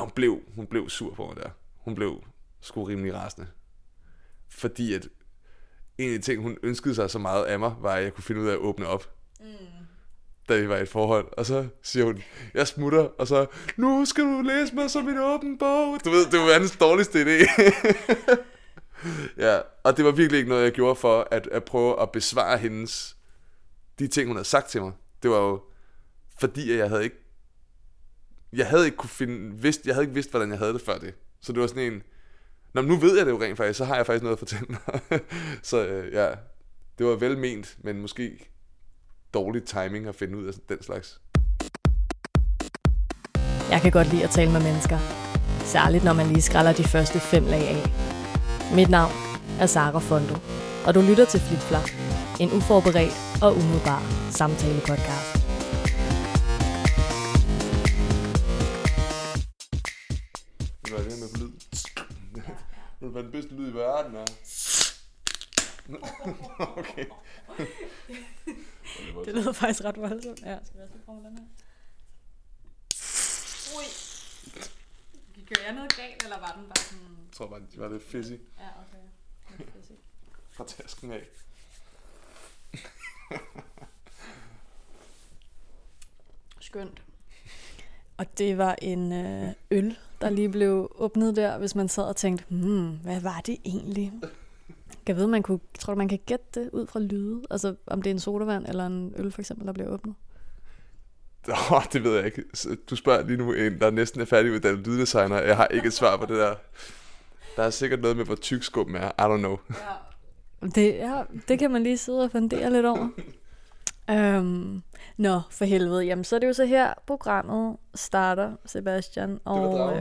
hun blev sur på mig der. Hun blev sgu rimelig rasende. Fordi at en af de ting, hun ønskede sig så meget af mig, var, at jeg kunne finde ud af at åbne op. Da vi var i et forhold. Og så siger hun, jeg smutter, og så, nu skal du læse mig som en åben bog. Du ved, det var verdens dårligste idé. Ja, og det var virkelig ikke noget, jeg gjorde for at prøve at besvare de ting, hun havde sagt til mig. Det var jo fordi, at jeg havde ikke vidst, hvordan jeg havde det før det. Så det var sådan en, nu ved jeg det jo rent faktisk, så har jeg faktisk noget at fortælle dig. Så ja, det var velment, men måske dårlig timing at finde ud af den slags. Jeg kan godt lide at tale med mennesker. Særligt når man lige skræller de første 5 lag af. Mit navn er Sara Fondo, og du lytter til Flip-Flop, en uforberedt og umiddelbar samtale-podcast. Det var det her med lyd. Det var den bedste lyd i verden, ja. Okay. Det lyder faktisk ret voldsomt. Ja, skal jeg også lige prøve den her? Ui. Gjorde jeg noget galt, eller var den bare sådan... Jeg tror bare, det var lidt fizzy. Ja, okay. Lidt fizzy. Fra tasken af. Skønt. Og det var en øl, der lige blev åbnet der, hvis man sad og tænkte, hvad var det egentlig? Jeg ved, tror du, man kan gætte det ud fra lyde? Altså, om det er en sodavand eller en øl, for eksempel, der bliver åbnet? Det ved jeg ikke. Du spørger lige nu en, der næsten er færdiguddannet lyddesigner. Jeg har ikke et svar på det der. Der er sikkert noget med, hvor tyk skum er. I don't know. Det kan man lige sidde og fundere lidt over. Nå, for helvede. Jamen, så er det jo så her, programmet starter, Sebastian. Og,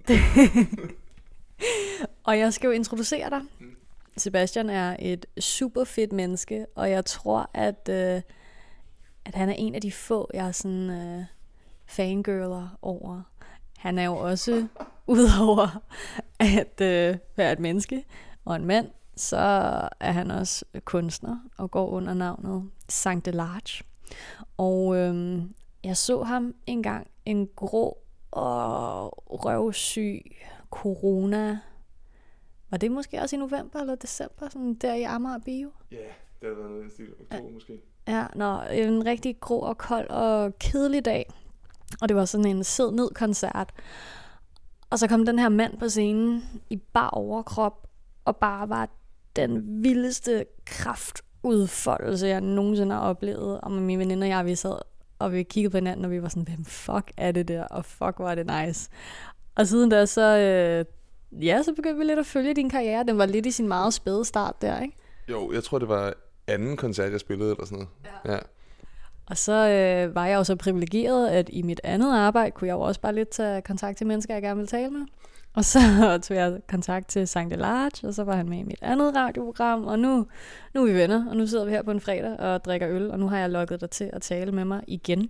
og jeg skal jo introducere dig. Sebastian er et super fedt menneske, og jeg tror, at han er en af de få, jeg er sådan fangirler over. Han er jo også, udover at være et menneske og en mand, så er han også kunstner og går under navnet Sankt Large. Og jeg så ham engang, en grå og røvsyg corona. Var det måske også i november eller december, sådan der i Amager Bio? Ja, det har været noget i stil oktober måske. Ja, en rigtig grå og kold og kedelig dag. Og det var sådan en sid ned koncert. Og så kom den her mand på scenen i bar overkrop, og bare var den vildeste kraftudfoldelse, jeg nogensinde har oplevet. Og med mine veninder og jeg, vi sad og vi kiggede på hinanden, og vi var sådan, hvem fuck er det der? Og fuck, var det nice. Og siden da så begyndte vi lidt at følge din karriere. Den var lidt i sin meget spæde start der, ikke? Jo, jeg tror, det var anden koncert, jeg spillede, eller sådan noget. Ja. Og så var jeg jo så privilegeret, at i mit andet arbejde kunne jeg jo også bare lidt tage kontakt til mennesker, jeg gerne ville tale med. Og så tog jeg kontakt til Sankt Large, og så var han med i mit andet radioprogram, og nu er vi venner, og nu sidder vi her på en fredag og drikker øl, og nu har jeg lukket dig til at tale med mig igen.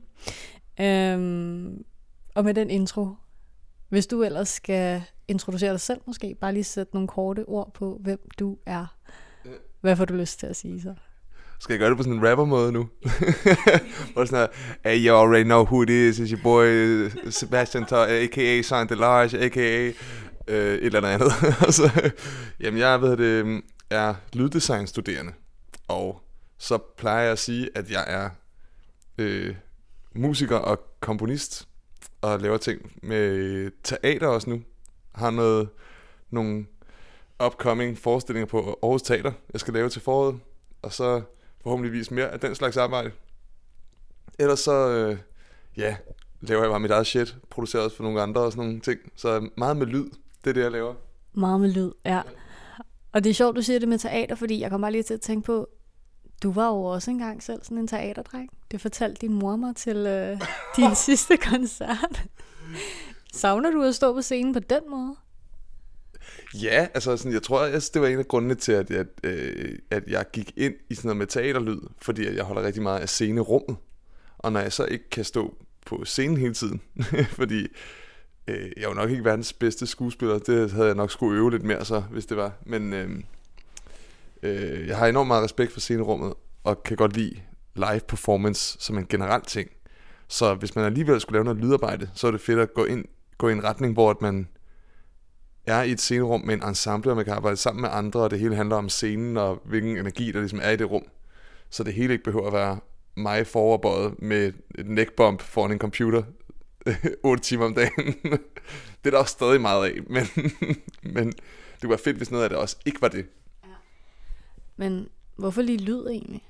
Og med den intro, hvis du ellers skal introducere dig selv måske, bare lige sætte nogle korte ord på, hvem du er. Hvad får du lyst til at sige så? Skal jeg gøre det på sådan en rapper-måde nu? Hvor sådan her, hey, you already know who it is, it's your boy Sebastian, a.k.a. Sankt Large, a.k.a. et eller andet. Altså, jamen, jeg er lyddesignstuderende, og så plejer jeg at sige, at jeg er musiker og komponist, og laver ting med teater også nu. Har nogle upcoming forestillinger på Aarhus Teater, jeg skal lave til foråret, og så forhåbentligvis mere af den slags arbejde. Ellers så, laver jeg bare mit eget shit, producerer også for nogle andre og sådan nogle ting. Så meget med lyd, det er det, jeg laver. Meget med lyd, ja. Og det er sjovt, du siger det med teater, fordi jeg kommer bare lige til at tænke på, du var jo også engang selv sådan en teaterdreng. Det fortalte din mor mig til din sidste koncert. Savner du at stå på scenen på den måde? Ja, altså sådan, jeg tror, det var en af grundene til, at jeg gik ind i sådan noget med teaterlyd, fordi at jeg holder rigtig meget af scenerummet. Og når jeg så ikke kan stå på scenen hele tiden, fordi jeg er jo nok ikke verdens bedste skuespiller, det havde jeg nok skulle øve lidt mere så, hvis det var. Men jeg har enormt meget respekt for scenerummet, og kan godt lide live performance som en generel ting. Så hvis man alligevel skulle lave noget lydarbejde, så er det fedt at gå i en retning, hvor at man er i et scenerum med en ensemble, og man kan arbejde sammen med andre, og det hele handler om scenen, og hvilken energi, der ligesom er i det rum. Så det hele ikke behøver at være mig foroverbøjet med et neckbump foran en computer 8 timer om dagen. Det er der også stadig meget af, men det var fedt, hvis noget af det også ikke var det. Ja. Men hvorfor lige lyd egentlig?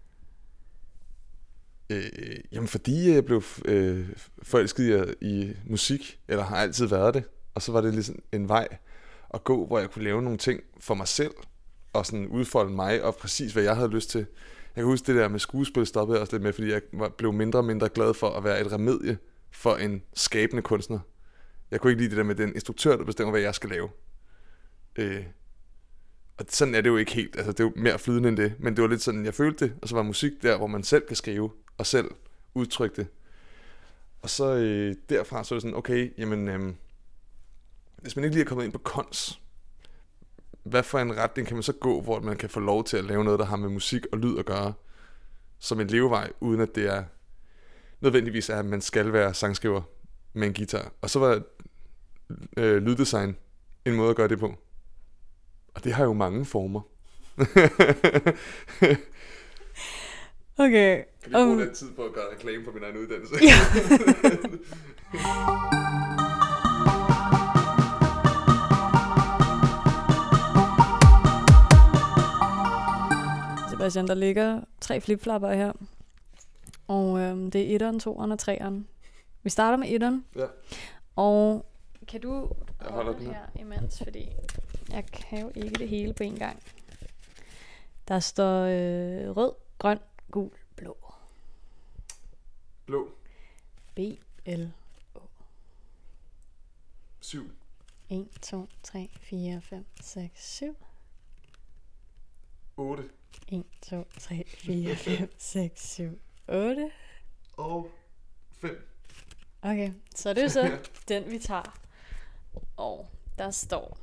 Jamen fordi jeg blev forelsket i musik, eller har altid været det. Og så var det ligesom en vej at gå, hvor jeg kunne lave nogle ting for mig selv, og sådan udfolde mig, og præcis hvad jeg havde lyst til. Jeg kan huske det der med skuespil stoppede jeg også lidt med, fordi jeg blev mindre og mindre glad for at være et remedie for en skabende kunstner. Jeg kunne ikke lide det der med den instruktør, der bestemmer, hvad jeg skal lave. Og sådan er det jo ikke helt, altså det er jo mere flydende end det, men det var lidt sådan, jeg følte det, og så var musik der, hvor man selv kan skrive, og selv udtrykke det. Og så derfra, så er det sådan, okay, jamen, hvis man ikke lige er kommet ind på kons, hvad for en retning kan man så gå, hvor man kan få lov til at lave noget, der har med musik og lyd at gøre, som en levevej, uden at det er nødvendigvis at man skal være sangskriver med en guitar. Og så var lyddesign en måde at gøre det på. Og det har jo mange former. Okay. Kan vi bruge den tid på at gøre reklame for min egen uddannelse? Sebastian, der ligger 3 flipflapper her. Og det er 1'eren, 2'eren og 3'eren. Vi starter med 1'eren. Ja. Og kan du holder den her imens, fordi jeg kan jo ikke det hele på en gang. Der står rød, grøn, gul, blå. Blå. B-L-O. 7. 1, 2, 3, 4, 5, 6, 7. 8. 1, 2, 3, 4, 5, 6, 7, 8. Og 5. Okay, så det er så den, vi tager. Og der står...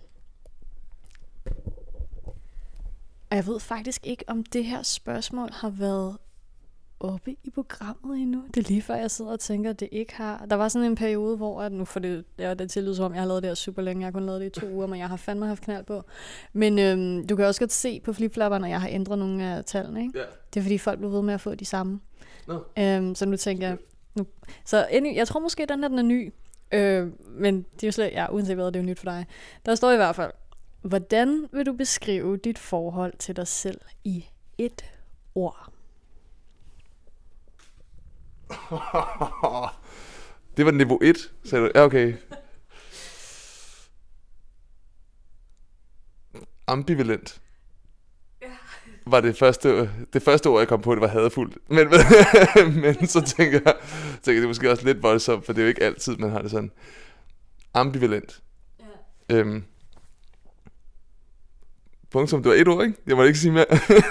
Og jeg ved faktisk ikke, om det her spørgsmål har været oppe i programmet endnu. Det er lige før, jeg sidder og tænker, at det ikke har. Der var sådan en periode, hvor at nu får det til at lyde som om, jeg har lavet det her super længe. Jeg har kun lavet det i 2 uger, men jeg har fandme haft knald på. Men du kan også godt se på flipflapperne, når jeg har ændret nogle af tallene. Ikke? Yeah. Det er fordi, folk blev ved med at få de samme. No. Så nu tænker jeg... Så jeg tror måske, den her den er ny. Men det er jo slet... Ja, uanset hvad, det er jo nyt for dig. Der står i hvert fald... Hvordan vil du beskrive dit forhold til dig selv i 1 ord? Det var niveau 1, sagde du. Ja, okay. Ambivalent. Var det første ord, jeg kom på, det var hadefuldt. Men så tænker jeg, det er måske også lidt voldsomt, for det er jo ikke altid, man har det sådan. Ambivalent. Ja. Punktum, det var 1 ord, ikke? Jeg må ikke sige mere.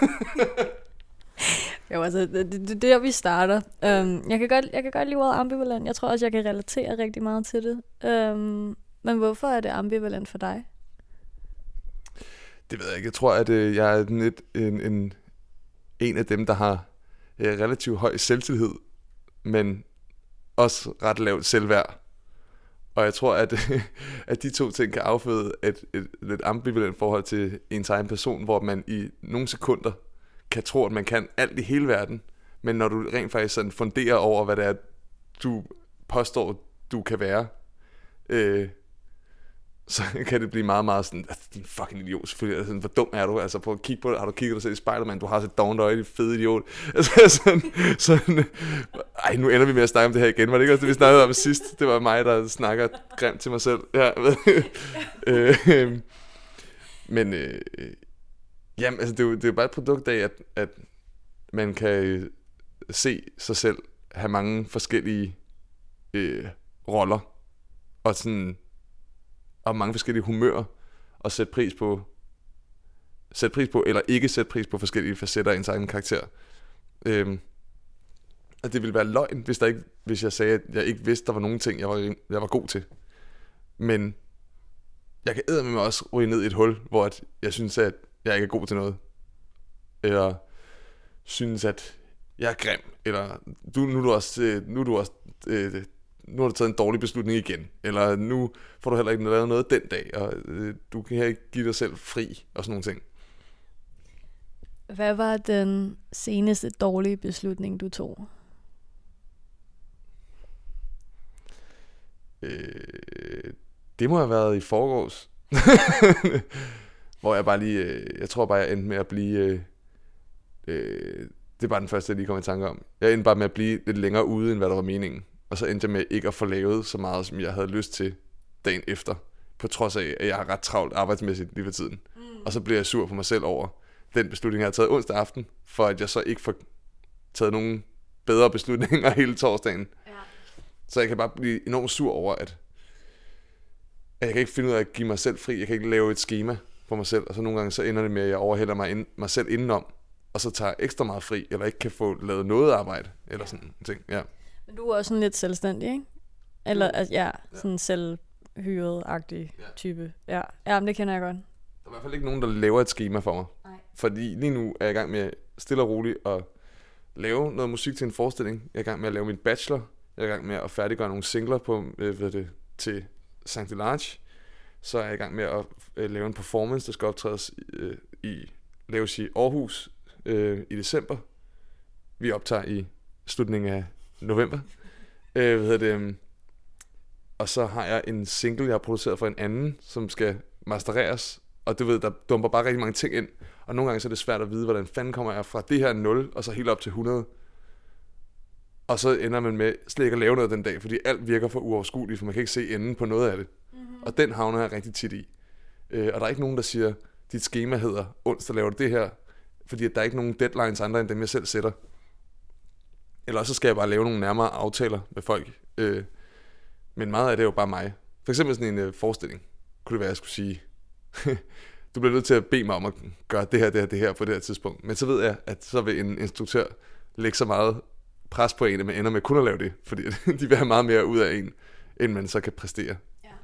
Jo, altså, det er der, vi starter. Jeg kan godt lide ordet ambivalent. Jeg tror også, jeg kan relatere rigtig meget til det. Men hvorfor er det ambivalent for dig? Det ved jeg ikke. Jeg tror, at jeg er en af dem, der har relativt høj selvtillid, men også ret lavt selvværd. Og jeg tror, at de 2 ting kan afføde et lidt ambivalent forhold til ens egen person, hvor man i nogle sekunder kan tro, at man kan alt i hele verden, men når du rent faktisk sådan funderer over, hvad det er, du påstår, du kan være, så kan det blive meget, meget sådan, din fucking idiot, selvfølgelig. Altså, hvor dum er du? Altså, prøv at kigge på det. Har du kigget dig selv i spejlet, man? Du har så et dovent øje, din fede idiot. Altså, sådan, ej, nu ender vi med at snakke om det her igen. Var det ikke også det, vi snakkede om sidst? Det var mig, der snakker grimt til mig selv. Ja, men jamen, altså, det er jo bare et produkt af, at man kan se sig selv have mange forskellige roller, og sådan... og mange forskellige humører, og sætte pris på, eller ikke sætte pris på forskellige facetter af ens egen karakter. Og det ville være løgn, hvis jeg sagde, at jeg ikke vidste, der var nogle ting, jeg var god til. Men jeg kan eddermame også ryge ned i et hul, hvor jeg synes, at jeg ikke er god til noget. Eller synes, at jeg er grim. Eller nu er du også nu har du taget en dårlig beslutning igen, eller nu får du heller ikke lavet noget den dag, og du kan ikke give dig selv fri, og sådan nogle ting. Hvad var den seneste dårlige beslutning, du tog? Det må have været i forgårs. Hvor jeg bare lige, jeg tror bare, jeg endte med at blive, det er bare den første, jeg lige kom i tanke om. Jeg endte bare med at blive lidt længere ude, end hvad der var meningen. Og så endte jeg med ikke at få lavet så meget, som jeg havde lyst til dagen efter. På trods af, at jeg har ret travlt arbejdsmæssigt lige for tiden. Og så bliver jeg sur på mig selv over den beslutning, jeg har taget onsdag aften, for at jeg så ikke får taget nogen bedre beslutninger hele torsdagen. Ja. Så jeg kan bare blive enormt sur over, at jeg kan ikke finde ud af at give mig selv fri. Jeg kan ikke lave et schema for mig selv. Og så nogle gange så ender det med, at jeg overhælder mig selv indenom, og så tager ekstra meget fri, eller ikke kan få lavet noget arbejde, eller sådan ting. Ja. Men du er også sådan lidt selvstændig, ikke? Eller sådan selvhyret-agtig type. Ja, men det kender jeg godt. Der er i hvert fald ikke nogen, der laver et schema for mig. Nej. Fordi lige nu er jeg i gang med stille og roligt at lave noget musik til en forestilling. Jeg er i gang med at lave min bachelor. Jeg er i gang med at færdiggøre nogle singler på, til St. Large. Så er jeg i gang med at lave en performance, der skal optrædes laves i Aarhus i december. Vi optager i slutningen af november. Og så har jeg en single, jeg har produceret for en anden, som skal mastereres. Og du ved, der dumper bare rigtig mange ting ind. Og nogle gange så er det svært at vide, hvordan fanden kommer jeg fra det her 0, og så helt op til 100. Og så ender man med slet ikke at lave noget den dag, fordi alt virker for uoverskueligt, for man kan ikke se enden på noget af det. Mm-hmm. Og den havner jeg rigtig tit i. Og der er ikke nogen, der siger, dit schema hedder, onsdag laver du det her, fordi der er ikke nogen deadlines andre, end dem jeg selv sætter. Eller så skal jeg bare lave nogle nærmere aftaler med folk. Men meget af det er jo bare mig. For eksempel sådan en forestilling, kunne det være, jeg skulle sige, du bliver nødt til at bede mig om at gøre det her på det her tidspunkt. Men så ved jeg, at så vil en instruktør lægge så meget pres på en, at man ender med kun at lave det. Fordi de vil have meget mere ud af en, end man så kan præstere.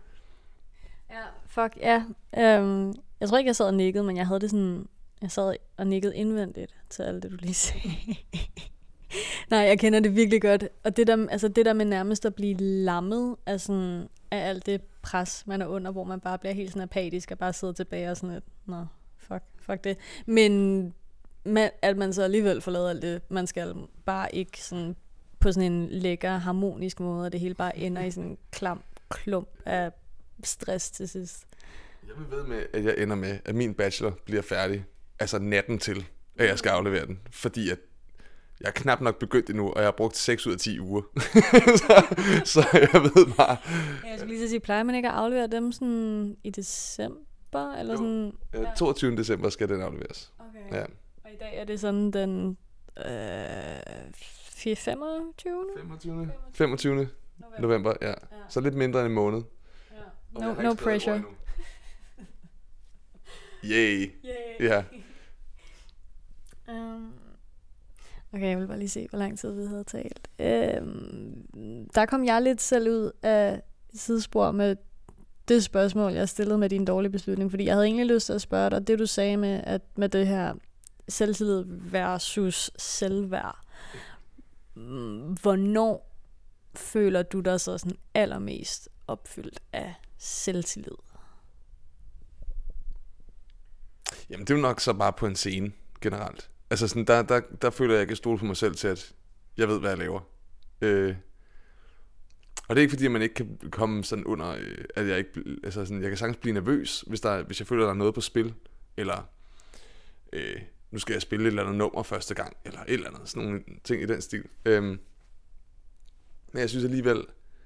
Jeg tror ikke, jeg sad og nikkede, men jeg havde det sådan, jeg sad og nikkede indvendigt til alt det, du lige sagde. Nej, jeg kender det virkelig godt. Og det der med nærmest at blive lammet af alt det pres, man er under, hvor man bare bliver helt sådan apatisk og bare sidder tilbage og sådan lidt, nå, fuck det. Men at man så alligevel får lavet alt det, man skal bare ikke sådan på sådan en lækker, harmonisk måde, og det hele bare ender i sådan en klam klump af stress til sidst. Jeg vil ved med, at jeg ender med, at min bachelor bliver færdig, altså natten til, at jeg skal aflevere den, fordi at jeg er knap nok begyndt endnu, og jeg har brugt 6 ud af 10 uger. så jeg ved bare... Jeg skulle lige sige, plejer man ikke at aflevere dem sådan i december? Eller sådan? 22. december skal den afleveres. Okay. Ja. Og i dag er det sådan den 25. november, ja. Så lidt mindre end en måned. Ja. No pressure. Yay. Ja. Okay, jeg vil bare lige se, hvor lang tid vi havde talt. Der kom jeg lidt selv ud af sidespor med det spørgsmål, jeg stillede med din dårlige beslutning, fordi jeg havde egentlig lyst til at spørge dig, det du sagde med det her selvtillid versus selvværd. Hvornår føler du dig så sådan allermest opfyldt af selvtillid? Jamen, det er jo nok så bare på en scene generelt. Altså sådan, der føler jeg, at jeg kan stole på mig selv til, at jeg ved, hvad jeg laver. Og det er ikke fordi, at man ikke kan komme sådan under, at jeg ikke, altså sådan, jeg kan sagtens blive nervøs, hvis jeg føler, at der er noget på spil, eller nu skal jeg spille et eller andet nummer første gang, eller et eller andet, sådan nogle ting i den stil. Men jeg synes alligevel,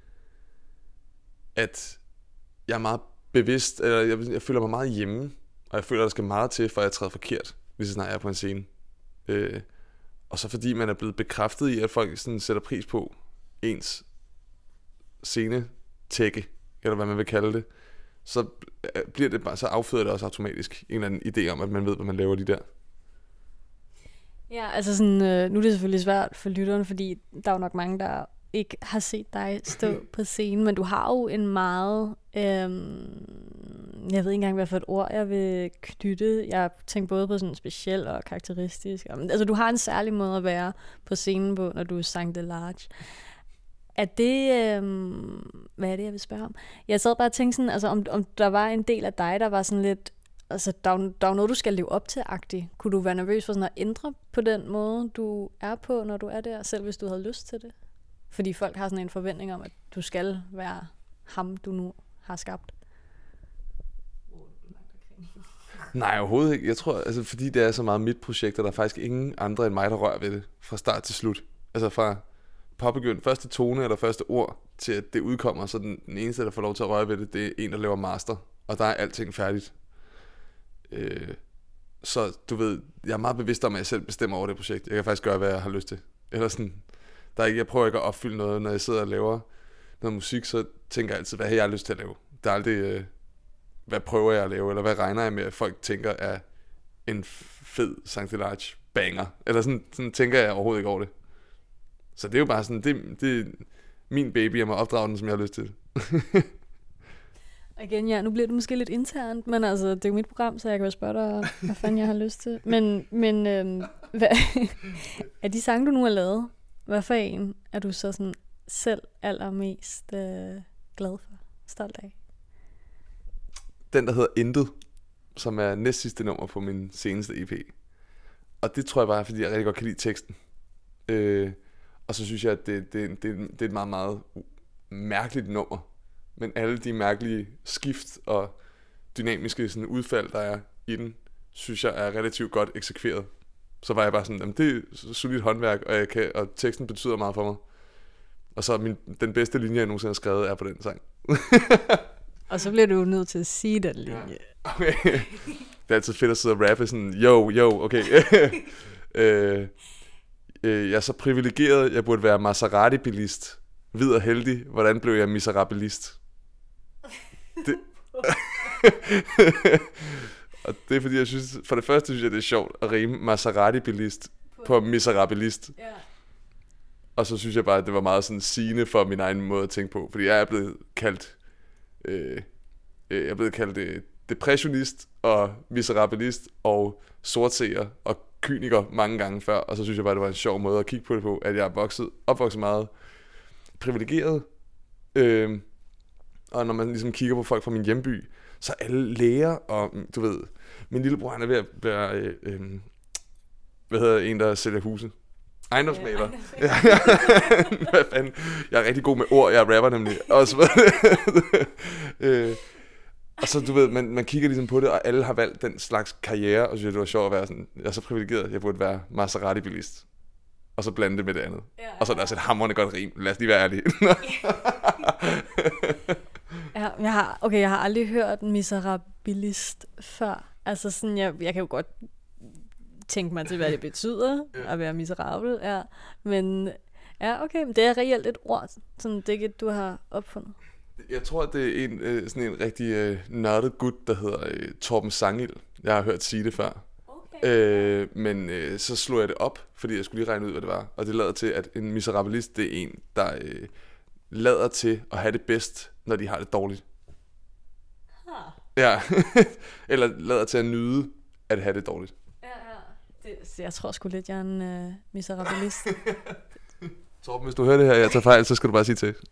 at jeg er meget bevidst, eller jeg føler mig meget hjemme, og jeg føler, at der skal meget til, for at jeg træder forkert, lige så snart jeg er på en scene. Og så fordi man er blevet bekræftet i, at folk sådan sætter pris på ens scenetække, eller hvad man vil kalde det, så bliver det bare, så afføder det også automatisk en eller anden idé om, at man ved, hvad man laver de der. Ja, altså sådan, nu er det selvfølgelig svært for lytteren, fordi der er jo nok mange, der ikke har set dig stå på scenen, men du har jo en meget, jeg ved ikke engang, hvad for et ord jeg vil knytte. Jeg tænker både på sådan speciel og karakteristisk. Altså du har en særlig måde at være på scenen på, når du er St. Large. Er det, hvad er det, jeg vil spørge om? Jeg sad bare og tænkte sådan, altså om der var en del af dig, der var sådan lidt, altså der er jo noget, du skal leve op til-agtigt. Kunne du være nervøs for sådan at ændre på den måde, du er på, når du er der, selv hvis du havde lyst til det? Fordi folk har sådan en forventning om, at du skal være ham, du nu har skabt. Nej, overhovedet ikke. Jeg tror, altså, fordi det er så meget mit projekt, og der er faktisk ingen andre end mig, der rører ved det fra start til slut. Altså fra påbegyndt første tone eller første ord til at det udkommer, så den eneste, der får lov til at røre ved det, det er en, der laver master, og der er alting færdigt. Så du ved, jeg er meget bevidst om, at jeg selv bestemmer over det projekt. Jeg kan faktisk gøre, hvad jeg har lyst til. Eller sådan, jeg prøver ikke at opfylde noget, når jeg sidder og laver noget musik, så tænker jeg altid, hvad har jeg lyst til at lave? Der er aldrig, hvad prøver jeg at lave, eller hvad regner jeg med, at folk tænker er en fed Saint Large banger. Eller sådan tænker jeg overhovedet ikke over det. Så det er jo bare sådan, det er min baby, jeg må opdrage den, som jeg har lyst til. Igen, ja, nu bliver det måske lidt internt, men altså, det er jo mit program, så jeg kan jo spørge dig, hvad fanden jeg har lyst til. Men hvad, af de sange, du nu har lavet, hvad for en er du så sådan selv allermest glad for, stolt af? Den, der hedder Intet, som er næstsidste nummer på min seneste EP. Og det tror jeg bare, fordi jeg rigtig godt kan lide teksten. Og så synes jeg, at det er et meget, meget mærkeligt nummer. Men alle de mærkelige skift og dynamiske sådan, udfald, der er i den, synes jeg er relativt godt eksekveret. Så var jeg bare sådan, jamen, det er solidt håndværk, og teksten betyder meget for mig. Og så den bedste linje, jeg nogensinde har skrevet, er på den sang. Og så bliver du jo nødt til at sige den linje. Ja. Okay. Det er altid fedt at sidde og rappe sådan, yo, okay. Jeg er så privilegeret, jeg burde være Maserati-bilist. Hvid og heldig, hvordan blev jeg miserabilist? Det... Og det er fordi, jeg synes, for det første synes jeg, det er sjovt at rime Maserati-bilist på miserabilist. Yeah. Og så synes jeg bare, at det var meget sådan sigende for min egen måde at tænke på. Fordi jeg er blevet kaldt depressionist og miserabilist og sortseer og kyniker mange gange før. Og så synes jeg bare, det var en sjov måde at kigge på det på, at jeg er opvokset meget privilegeret. Og når man ligesom kigger på folk fra min hjemby, så alle læger, og du ved, min lillebror, han er ved at være, en, der sælger huse. Ejendomsmaler. Ja. Hvad fanden? Jeg er rigtig god med ord, jeg er rapper nemlig. Og så du ved, man kigger ligesom på det, og alle har valgt den slags karriere, og så synes jeg, det var sjovt at være sådan, jeg er så privilegeret, jeg burde være Maserati-bilist. Og så blande det med det andet. Ja. Og så er der også et hamrende godt rim. Lad os lige være ærlige. Ja, jeg har aldrig hørt en miserabilist før. Altså sådan, jeg kan jo godt tænke mig til, hvad det betyder at være miserabel. Ja. Men ja, okay, det er reelt et ord. Sådan, det er ikke et, du har opfundet. Jeg tror, det er sådan en rigtig nørdet gut, der hedder Torben Sangild. Jeg har hørt sige det før. Men så slog jeg det op, fordi jeg skulle lige regne ud, hvad det var. Og det lader til, at en miserabilist, det er en, der lader til at have det bedst, når de har det dårligt. Ja. Eller lader til at nyde at have det dårligt. Jeg tror sgu lidt, jeg er en miserabilist. Torben, hvis du hører det her, jeg tager fejl, så skal du bare sige til.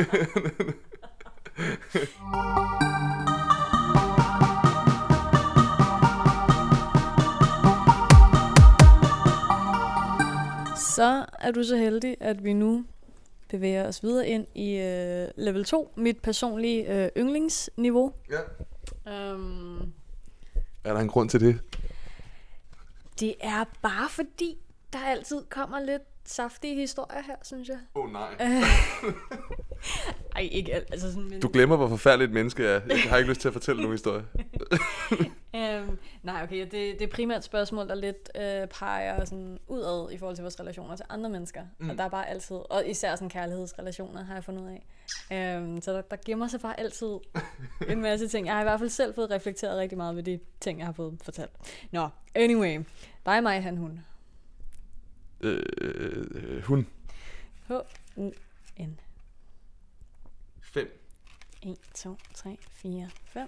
Så er du så heldig, at vi nu bevæger os videre ind i level 2, mit personlige yndlingsniveau. Ja. Er der en grund til det? Det er bare fordi, der altid kommer lidt saftige historier her, synes jeg. Nej. Ej, ikke alt. Altså sådan, men... Du glemmer, hvor forfærdeligt et menneske er. Jeg har ikke lyst til at fortælle nogen historie. Nej, okay. Det er primært et spørgsmål, der lidt peger sådan udad i forhold til vores relationer til andre mennesker. Og der er bare altid, og især sådan kærlighedsrelationer, har jeg fundet ud af. Så der gemmer sig bare altid en masse ting. Jeg har i hvert fald selv fået reflekteret rigtig meget ved de ting, jeg har fået fortalt. Nå, anyway. Dig, mig, han, hun. Hun. H-U-N. 5. 1, 2, 3, 4, 5.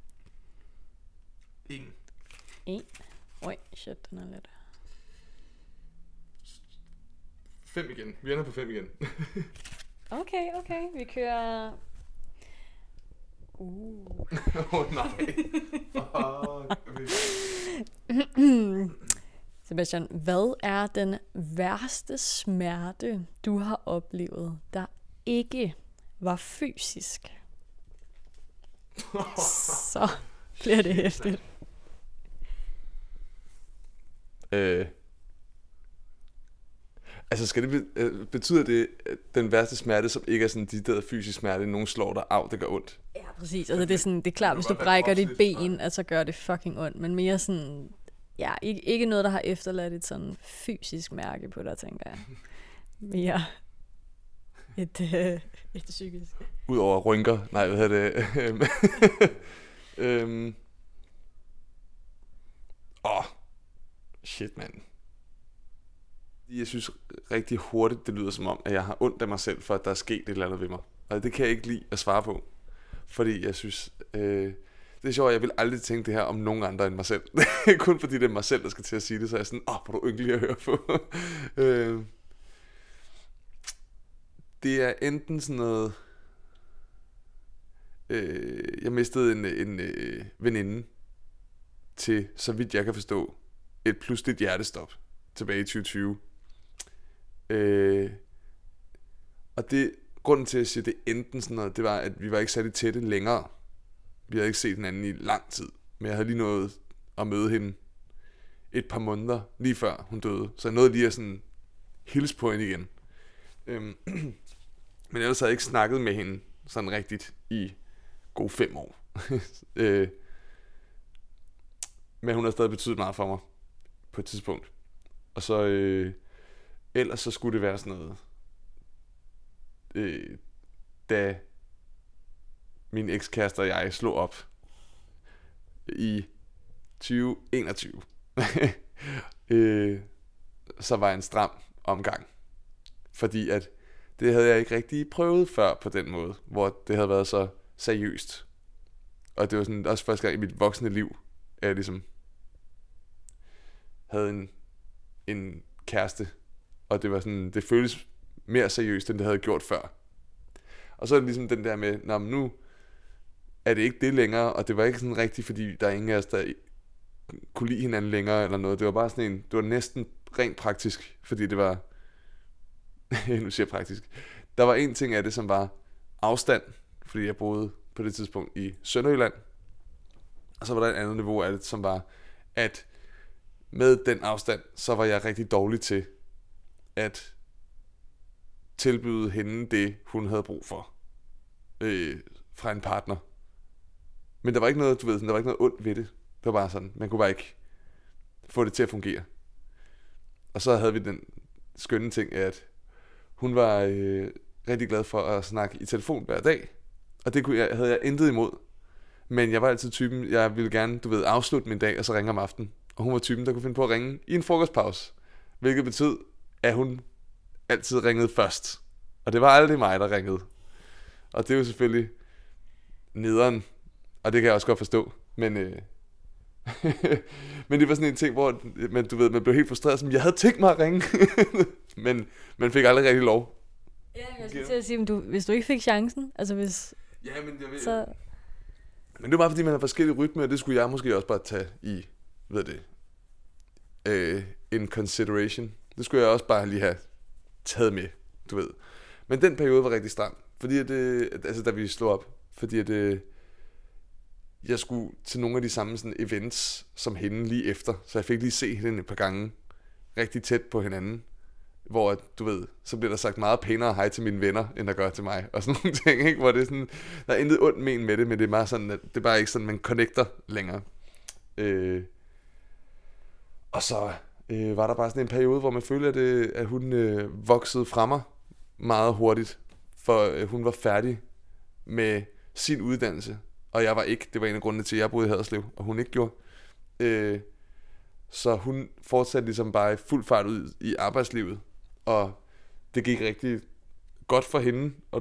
1. Oj, shit, den er lidt. 5 igen. Vi ender på 5 igen. Okay, vi kører... Nej. Sebastian, hvad er den værste smerte, du har oplevet, der ikke var fysisk? Så bliver det hæftigt. Altså skal det betyder det den værste smerte, som ikke er sådan de der fysisk smerte, nogen slår dig af, det gør ondt? Ja, præcis. Altså det er sådan, det er klart, hvis du brækker dit ben, så gør det fucking ondt, men mere sådan, ja, ikke noget, der har efterladt et sådan fysisk mærke på dig, tænker jeg. Mere et psykisk. Udover rynker, nej, hvad hedder det? Shit, mand. Jeg synes rigtig hurtigt, det lyder som om, at jeg har ondt af mig selv, for at der er sket et eller andet ved mig. Og det kan jeg ikke lide at svare på. Fordi jeg synes, det er sjovt, jeg vil aldrig tænke det her om nogen andre end mig selv. Kun fordi det er mig selv, der skal til at sige det, så er jeg sådan, hvor du ynkelig at høre på. Det er enten sådan noget... jeg mistede en veninde til, så vidt jeg kan forstå, et pludseligt hjertestop tilbage i 2020. Og det, grunden til at sige, det enten sådan noget, det var, at vi var ikke særlig tætte længere. Vi havde ikke set hinanden i lang tid. Men jeg havde lige nået at møde hende et par måneder, lige før hun døde. Så jeg nåede lige at sådan hilse på hende igen. Men ellers havde jeg ikke snakket med hende sådan rigtigt i gode 5 år. Men hun har stadig betydet meget for mig på et tidspunkt. Og så ellers så skulle det være sådan noget, da min ekskæreste og jeg slog op i 2021. Så var en stram omgang. Fordi at det havde jeg ikke rigtig prøvet før på den måde, hvor det havde været så seriøst. Og det var sådan også første gang i mit voksne liv, at jeg ligesom havde en kæreste, og det var sådan, det føltes mere seriøst, end det havde gjort før. Og så er det ligesom den der med, nu er det ikke det længere, og det var ikke sådan rigtigt, fordi der er ingen af os, der kunne lide hinanden længere eller noget. Det var bare sådan det var næsten rent praktisk, fordi det var, nu siger jeg praktisk, der var en ting af det, som var afstand, fordi jeg boede på det tidspunkt i Sønderjylland, og så var der et andet niveau af det, som var, at med den afstand, så var jeg rigtig dårlig til at tilbyde hende det, hun havde brug for fra en partner. Men der var ikke noget, der var ikke noget ondt ved det. Det var bare sådan, man kunne bare ikke få det til at fungere. Og så havde vi den skønne ting, at hun var rigtig glad for at snakke i telefon hver dag. Og det havde jeg intet imod. Men jeg var altid typen, jeg ville gerne, afslutte min dag, og så ringe om aftenen. Og hun var typen, der kunne finde på at ringe i en frokostpause. Hvilket betød, at hun altid ringede først. Og det var aldrig mig, der ringede. Og det er jo selvfølgelig nederen. Og det kan jeg også godt forstå. Men, men det var sådan en ting, hvor man blev helt frustreret. Som, jeg havde tænkt mig at ringe. Men man fik aldrig rigtig lov. Ja, jeg skulle til at sige, hvis du ikke fik chancen. Altså hvis... Ja, men jeg ved... Så... Men det var bare fordi, man har forskellige rytmer, og det skulle jeg måske også bare tage i, in consideration. Det skulle jeg også bare lige have taget med, du ved. Men den periode var rigtig stram, fordi da vi slog op, fordi jeg skulle til nogle af de samme sådan events som hende lige efter, så jeg fik lige se hende et par gange rigtig tæt på hinanden, hvor så bliver der sagt meget pænere hej til mine venner, end der gør til mig, og sådan nogle ting, ikke? Hvor det er sådan, der er intet ondt men med det, men det er bare sådan, at det er bare ikke sådan, man connecter længere. Og så var der bare sådan en periode, hvor man følte, at hun voksede fra mig meget hurtigt, for hun var færdig med sin uddannelse, og jeg var ikke. Det var en af grundene til, at jeg boede i Haderslev, og hun ikke gjorde. Så hun fortsatte ligesom bare i fuld fart ud i arbejdslivet, og det gik rigtig godt for hende, og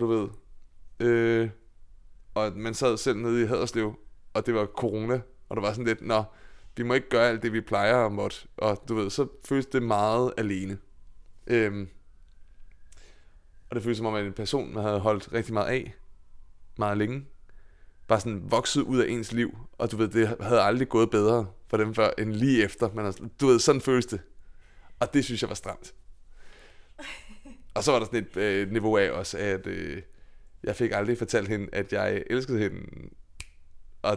og man sad selv nede i Haderslev, og det var corona, og der var sådan lidt, vi må ikke gøre alt det, vi plejer at måtte, og så føles det meget alene. Og Og det føltes som om, at en person, man havde holdt rigtig meget af, meget længe, bare sådan vokset ud af ens liv. Og du ved, det havde aldrig gået bedre for dem før, end lige efter. Men du ved, sådan føles det. Og det synes jeg var stramt. Og så var der sådan et niveau af også, at jeg fik aldrig fortalt hende, at jeg elskede hende. Og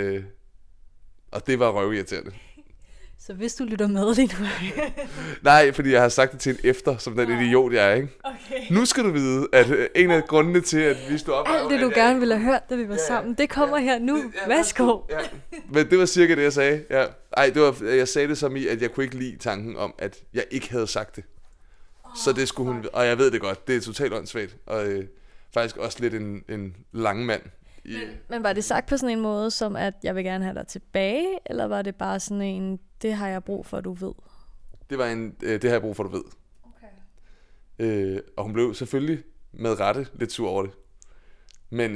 og det var røvirriterende. Så hvis du lytter med lige nu... Nej, fordi jeg har sagt det til en efter, som den idiot jeg er, ikke? Okay. Nu skal du vide, at en af grundene til, at vi stod op... Alt det, du gerne ville have hørt, da vi var sammen, det kommer her nu. Værsgo. Ja. Men det var cirka det, jeg sagde. Ja. Ej, jeg sagde det som i, at jeg kunne ikke lide tanken om, at jeg ikke havde sagt det. Så det skulle hun... Og jeg ved det godt, det er totalt åndssvagt. Og faktisk også lidt en lang mand. Men var det sagt på sådan en måde, som at jeg vil gerne have dig tilbage, eller var det bare sådan en, det har jeg brug for, du ved? Det var det har jeg brug for, du ved. Okay. Og hun blev selvfølgelig med rette lidt sur over det. Men,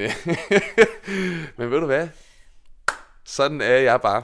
men ved du hvad? Sådan er jeg bare.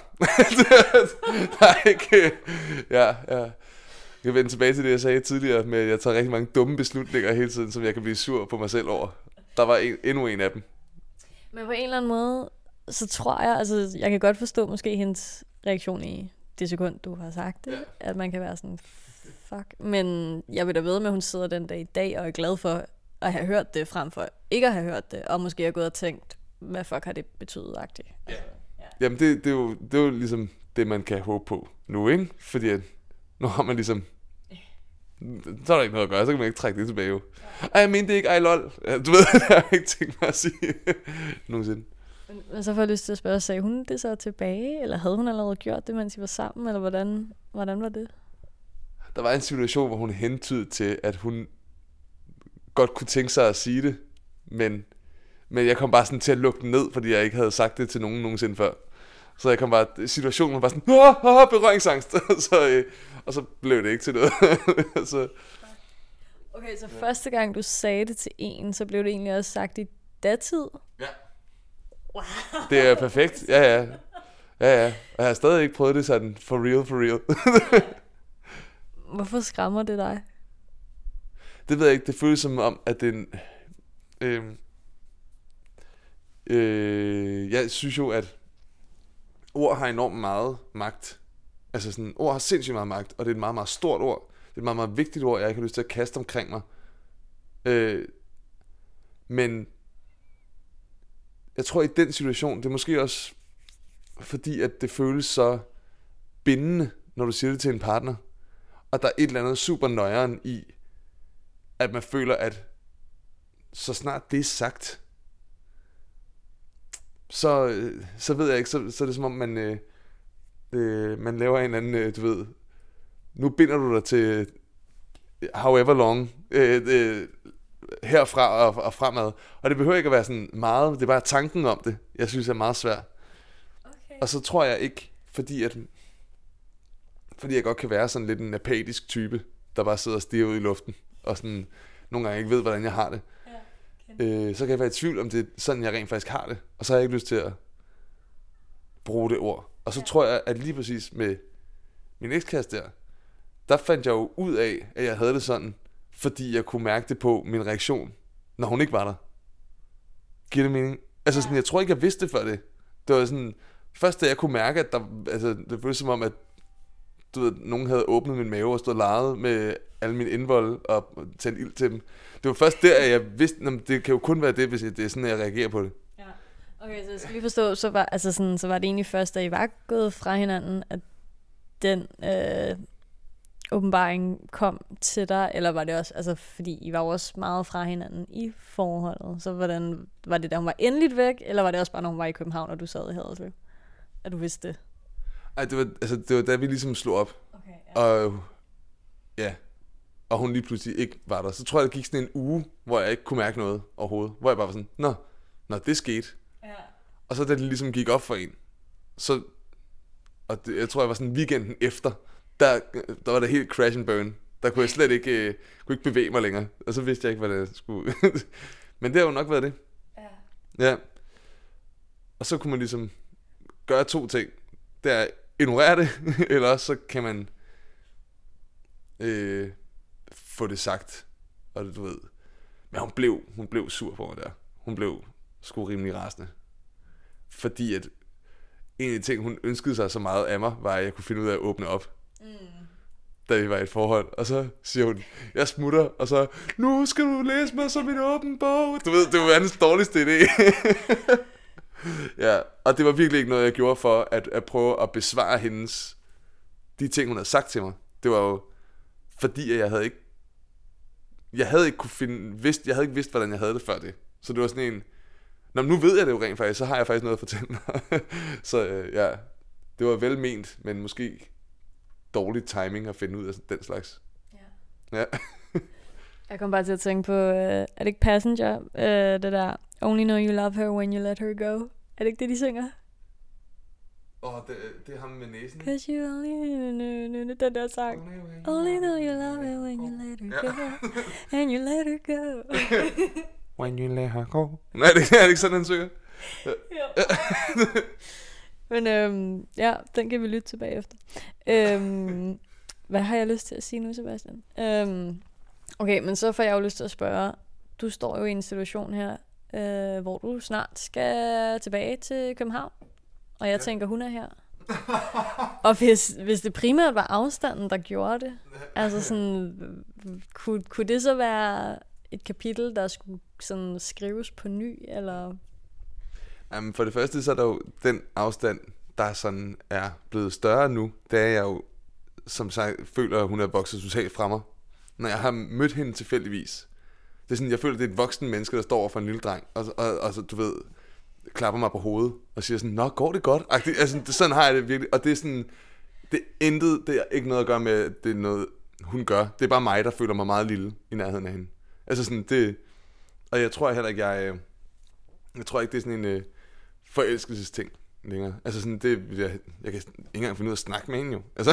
Der er ikke... Ja. Jeg kan vende tilbage til det, jeg sagde tidligere, med at jeg tager rigtig mange dumme beslutninger hele tiden, som jeg kan blive sur på mig selv over. Der var endnu en af dem. Men på en eller anden måde, så tror jeg, altså jeg kan godt forstå måske hendes reaktion i det sekund, du har sagt det, at man kan være sådan, fuck. Men jeg vil da vide med, at hun sidder den dag i dag og er glad for at have hørt det, frem for ikke at have hørt det, og måske har gået og tænkt, hvad fuck har det betydet-agtigt. Ja. Jamen det er jo ligesom det, man kan håbe på nu, ikke? Fordi at, nu har man ligesom... Så er der ikke noget at gøre, så kan man ikke trække det tilbage jo. Ej, jeg mente ikke, ej lol. Du ved, det har jeg ikke tænkt mig at sige nogensinde. Men så får jeg lyst til at spørge, sagde hun det så tilbage, eller havde hun allerede gjort det, mens I var sammen, eller hvordan var det? Der var en situation, hvor hun hentydede til, at hun godt kunne tænke sig at sige det, men jeg kom bare sådan til at lukke den ned, fordi jeg ikke havde sagt det til nogen nogensinde før. Så jeg kom bare, situationen var bare sådan, berøringsangst, og så blev det ikke til noget. Så. Okay, så første gang du sagde det til en, så blev det egentlig også sagt i datid? Ja. Wow. Det er perfekt, ja. Og jeg har stadig ikke prøvet det sådan, for real. Hvorfor skræmmer det dig? Det ved jeg ikke, det føles som om, at den... jeg synes jo, at ord har enormt meget magt. Altså sådan, ord har sindssygt meget magt, og det er et meget, meget stort ord. Det er et meget, meget vigtigt ord, jeg ikke har lyst til at kaste omkring mig. Men jeg tror i den situation, det er måske også fordi, at det føles så bindende, når du siger det til en partner. Og der er et eller andet super nøjeren i, at man føler, at så snart det er sagt, så ved jeg ikke, så er det som om, man laver en eller anden, du ved, nu binder du dig til however long, herfra og fremad. Og det behøver ikke at være sådan meget, det er bare tanken om det, jeg synes er meget svært. Okay. Og så tror jeg ikke, fordi jeg godt kan være sådan lidt en apatisk type, der bare sidder og stirrer ud i luften, og sådan nogle gange ikke ved, hvordan jeg har det. Ja, så kan jeg være i tvivl om det er sådan, jeg rent faktisk har det. Og så har jeg ikke lyst til at bruge det ord. Og så tror jeg, at lige præcis med min ekskæreste der fandt jeg jo ud af, at jeg havde det sådan, fordi jeg kunne mærke det på min reaktion, når hun ikke var der. Giver det mening? Altså sådan, jeg tror ikke, jeg vidste det før det. Det var sådan, først da jeg kunne mærke, at det føltes som om, at du ved, nogen havde åbnet min mave og stået og leget med alle mine indvold og tændt ild til dem. Det var først der, at jeg vidste, at det kan jo kun være det, hvis det er sådan, at jeg reagerer på det. Ja. Okay, så jeg skal lige forstå, så var det egentlig først, da I var gået fra hinanden, at den åbenbaring kom til dig, eller var det også, altså fordi I var også meget fra hinanden i forholdet, så hvordan var det, da hun var endeligt væk, eller var det også bare, når hun var i København, og du sad i Haderslev, at du vidste det? Ej, det var da vi ligesom slog op, okay, ja. Og hun lige pludselig ikke var der. Så tror jeg, der gik sådan en uge, hvor jeg ikke kunne mærke noget overhovedet, hvor jeg bare var sådan, nå, det skete. Ja. Og så da det ligesom gik op for en, så, og det, jeg tror, jeg var sådan weekenden efter, der var det helt crash and burn. Der kunne jeg slet ikke, kunne ikke bevæge mig længere. Og så vidste jeg ikke, hvad det skulle. Men det har jo nok været det. Ja. Og så kunne man ligesom gøre 2 ting. Det er ignorere det, eller også så kan man få det sagt. Og du ved. Men hun blev sur på mig der. Hun blev sgu rimelig rasende. Fordi at en af de ting, hun ønskede sig så meget af mig, var, at jeg kunne finde ud af at åbne op. Da vi var i et forhold. Og så siger hun, jeg smutter, og så, nu skal du læse mig som en åben bog. Du ved, det var hendes dårligste idé. Ja, og det var virkelig ikke noget, jeg gjorde for at prøve at besvare de ting, hun havde sagt til mig. Det var jo fordi, at jeg havde ikke vidst, hvordan jeg havde det før det. Så det var sådan en, nu ved jeg det jo rent faktisk, så har jeg faktisk noget at fortælle dig. Så ja, det var velment, men måske dårlig timing at finde ud af den slags. Ja. Jeg kom bare til at tænke på, er det ikke Passenger, det der, Only know you love her when you let her go? Er det ikke det, de synger? Det er ham med næsen. 'Cause you only den der sang. Only know you love her when you let her go. And you let her go. When you let her go. Nej, det er ikke sådan, han synger. Men ja, den kan vi lytte tilbage efter. Hvad har jeg lyst til at sige nu, Sebastian? Okay, men så får jeg jo lyst til at spørge. Du står jo i en situation her, hvor du snart skal tilbage til København. Og jeg tænker, hun er her. Og hvis det primært var afstanden, der gjorde det, altså sådan, kunne det så være et kapitel, der skulle sådan skrives på ny, eller? Jamen, for det første, så er der jo den afstand, der sådan er blevet større nu, da jeg jo, som sagt, føler, at hun er vokset totalt fra mig. Når jeg har mødt hende tilfældigvis. Det er sådan, jeg føler, det er et voksen menneske, der står over for en lille dreng, og så, du ved, klapper mig på hovedet, og siger sådan, nå, går det godt? Altså, sådan har jeg det virkelig, og det er sådan, det er ikke noget at gøre med, det er noget, hun gør. Det er bare mig, der føler mig meget lille i nærheden af hende. Altså sådan, det, og jeg tror heller ikke, jeg tror ikke, det er sådan en forelskelsesting længere. Altså sådan, jeg kan ikke engang finde ud af at snakke med hende jo. Altså,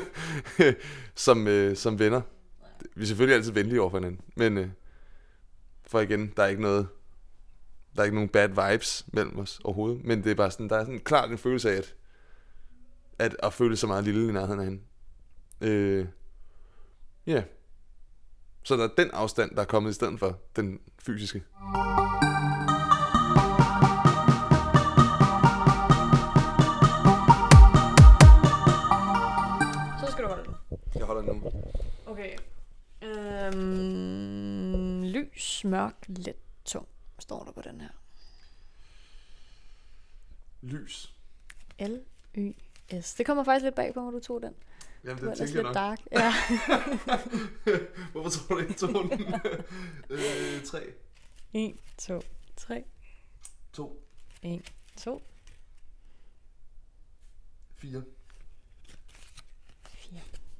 som venner. Vi er selvfølgelig altid venlige over for hinanden, men for igen, der er ikke nogen bad vibes mellem os overhovedet, men det er bare sådan, der er sådan klart en følelse af, at føle så meget lille i nærheden af hende. Ja. Så der er den afstand, der er kommet i stedet for den fysiske. Så skal du holde den. Jeg holder den nu. Okay. Lys, mørk, let, tung, står der på den her. Lys. L-Y-S. Det kommer faktisk lidt bag på, når du tog den. Jamen, det tænker jeg nok. Dark. Ja. Hvorfor tror du, jeg tog den? 3. 1, 2, 3. 2. 1, 2. 4. 4.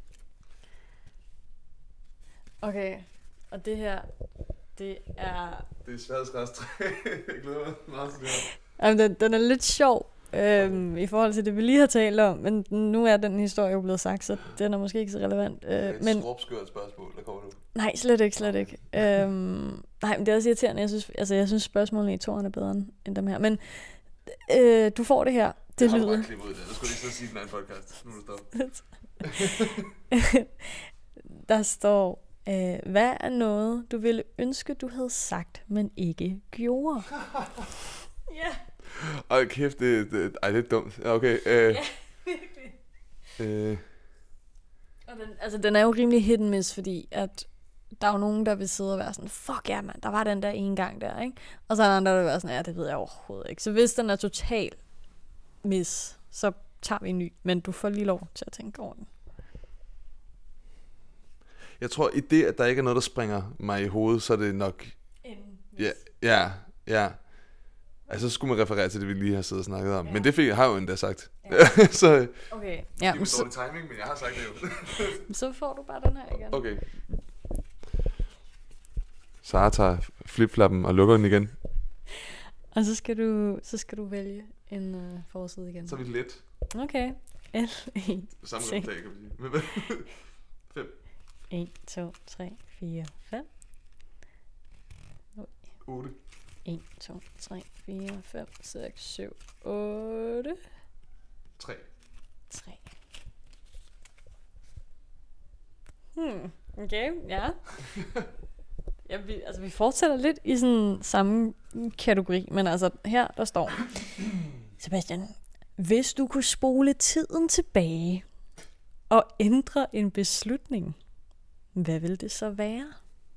Okay, og det her, det er... Det er sværhedsgrad 3. Jeg glæder mig meget til det her. Jamen, den er lidt sjov i forhold til det, vi lige har talt om, men nu er den historie jo blevet sagt, så den er måske ikke så relevant. Det er et skrubskørt spørgsmål, der kommer nu. Nej, slet ikke. Nej, men det er også irriterende. Jeg synes spørgsmålene i toren er bedre end dem her. Men du får det her. Det lyder... Jeg har bare klippet ud det. Der skulle ikke så sige den anden podcast. Nu er det stoppet. Der står, hvad er noget, du ville ønske, du havde sagt, men ikke gjorde? Ja. Ej, kæft, det er dumt. Okay. Ja, virkelig. Og den er jo rimelig hit and miss, fordi at der er jo nogen, der vil sidde og være sådan, fuck ja, mand, der var den der en gang der, ikke? Og så er der andre, der vil være sådan, ja, det ved jeg overhovedet ikke. Så hvis den er total miss, så tager vi en ny, men du får lige lov til at tænke over den. Jeg tror, i det, at der ikke er noget, der springer mig i hovedet, så er det nok... Ja. Altså, så skulle man referere til det, vi lige har siddet og snakket om. Ja. Men det har jeg jo endda sagt. Ja. Så, okay. Ja, det er jo dårlig timing, men jeg har sagt det jo. Så får du bare den her igen. Okay. Sara tager flipflappen og lukker den igen. Og så skal du vælge en forside igen. Så er vi let. Okay. L-E-C. Samme resultat, kan man sige. 5. 1, 2, 3, 4, 5. 8. 1, 2, 3, 4, 5, 6, 7, 8. 3. Okay, ja. Ja, vi fortsætter lidt i sådan samme kategori, men altså her der står, Sebastian, hvis du kunne spole tiden tilbage og ændre en beslutning, hvad vil det så være?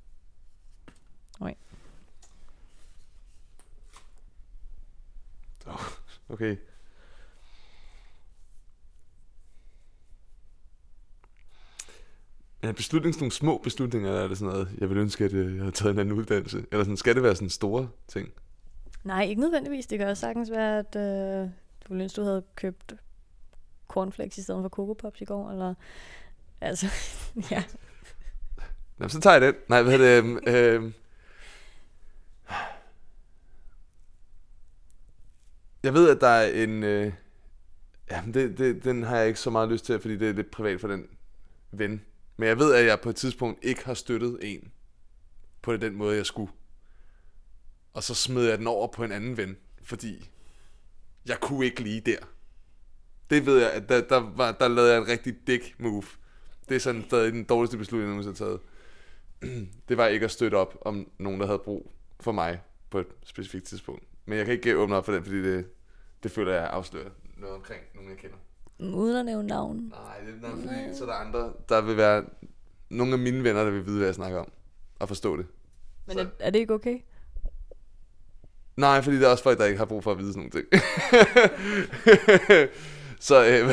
Okay. Er beslutningen nogle små beslutninger, eller er det sådan noget, jeg vil ønske, at jeg havde taget en anden uddannelse? Eller sådan, skal det være sådan store ting? Nej, ikke nødvendigvis. Det kan også sagtens være, at du ville ønske, du havde købt cornflakes i stedet for Coco Pops i går, eller... Altså, ja. Nå, så tager jeg den. Nej, hvad er det? Jeg ved, at der er en... den har jeg ikke så meget lyst til, fordi det er lidt privat for den ven. Men jeg ved, at jeg på et tidspunkt ikke har støttet en på den måde, jeg skulle. Og så smed jeg den over på en anden ven, fordi jeg kunne ikke lige der. Det ved jeg, at der lavede jeg en rigtig dick move. Det er sådan stadig den dårligste beslutning, jeg nogensinde har taget. Det var ikke at støtte op om nogen, der havde brug for mig på et specifikt tidspunkt. Men jeg kan ikke åbne op for den, fordi det føler jeg afslører noget omkring nogen, jeg kender. Uden at nævne navn. Nej, det er fordi, så er der andre, der vil være nogle af mine venner, der vil vide, hvad jeg snakker om. Og forstå det. Men er det ikke okay? Nej, fordi der er også folk, der ikke har brug for at vide sådan nogle ting. Så,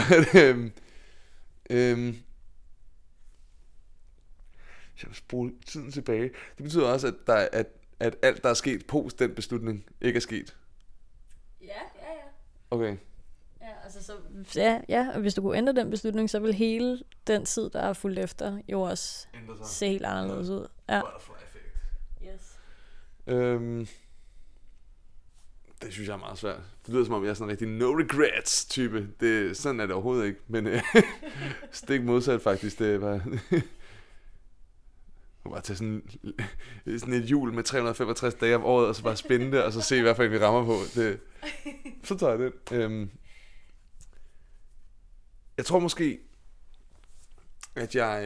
jeg vil spole tiden tilbage. Det betyder også, at alt, der er sket post den beslutning, ikke er sket. Ja. Okay. Ja, altså så, og hvis du kunne ændre den beslutning, så vil hele den tid, der er fulgt efter, jo også se helt anderledes ud. Ja. Butterfly effect. Yes. Det synes jeg er meget svært. Det lyder som om, jeg er sådan en rigtig no regrets type. Sådan er det overhovedet ikke, men stik modsat faktisk. Det er bare tage sådan et hjul med 365 dage om året, og så bare spænde det, og så se, hvad for en vi rammer på. Så tager jeg den. Jeg tror måske, at jeg...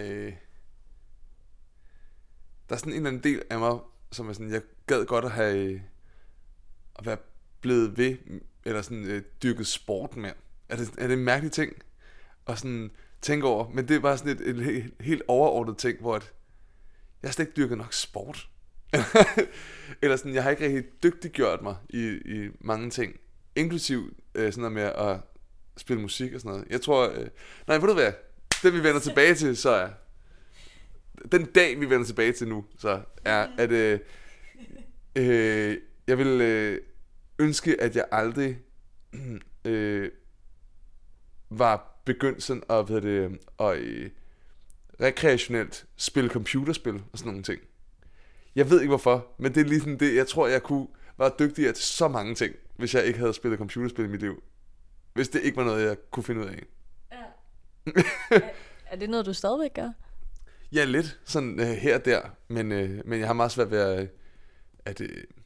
der er sådan en eller anden del af mig, som er sådan, jeg gad godt at have... at være blevet ved, eller sådan dyrket sport mere. Er det en mærkelig ting at sådan tænke over? Men det er bare sådan et helt overordnet ting, hvor jeg har slet ikke dyrket nok sport. Eller sådan, jeg har ikke rigtig dygtiggjort mig i mange ting. Inklusiv sådan noget med at spille musik og sådan noget. Jeg tror... nej, ved du hvad? Det vi vender tilbage til, så er... Den dag, vi vender tilbage til nu, så er, at... jeg vil ønske, at jeg aldrig var begyndt sådan at rekreationelt spille computerspil og sådan nogle ting. Jeg ved ikke hvorfor, men det er lige sådan det, jeg tror, jeg kunne være dygtigere til så mange ting, hvis jeg ikke havde spillet computerspil i mit liv. Hvis det ikke var noget, jeg kunne finde ud af. Ja. Er det noget, du stadigvæk gør? Ja, lidt. Sådan her og der. Men jeg har meget svært ved at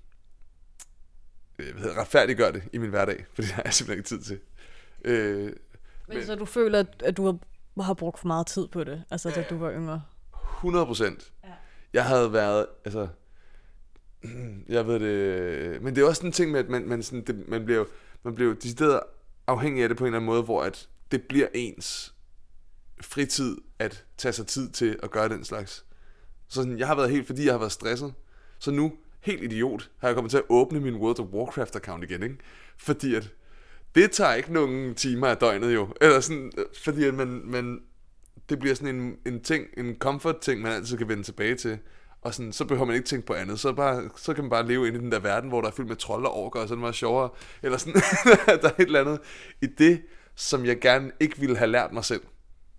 retfærdiggøre det i min hverdag, fordi det har jeg simpelthen ikke tid til. Men så du føler, at du har brugt for meget tid på det, altså da du var yngre? 100%. Ja. Jeg havde været, altså, jeg ved det, men det er også sådan en ting med, at man bliver decideret afhængig af det på en eller anden måde, hvor at det bliver ens fritid at tage sig tid til at gøre den slags. Så sådan, jeg har været helt, fordi jeg har været stresset, så nu, helt idiot, har jeg kommet til at åbne min World of Warcraft account igen, ikke? Fordi at det tager ikke nogen timer af døgnet jo, eller sådan, fordi at man det bliver sådan en ting, en comfort ting, man altid kan vende tilbage til, og sådan, så behøver man ikke tænke på andet, så kan man bare leve inde i den der verden, hvor der er fyldt med trolde og orker, og så er det meget sjovere, eller sådan, der er et eller andet i det, som jeg gerne ikke ville have lært mig selv.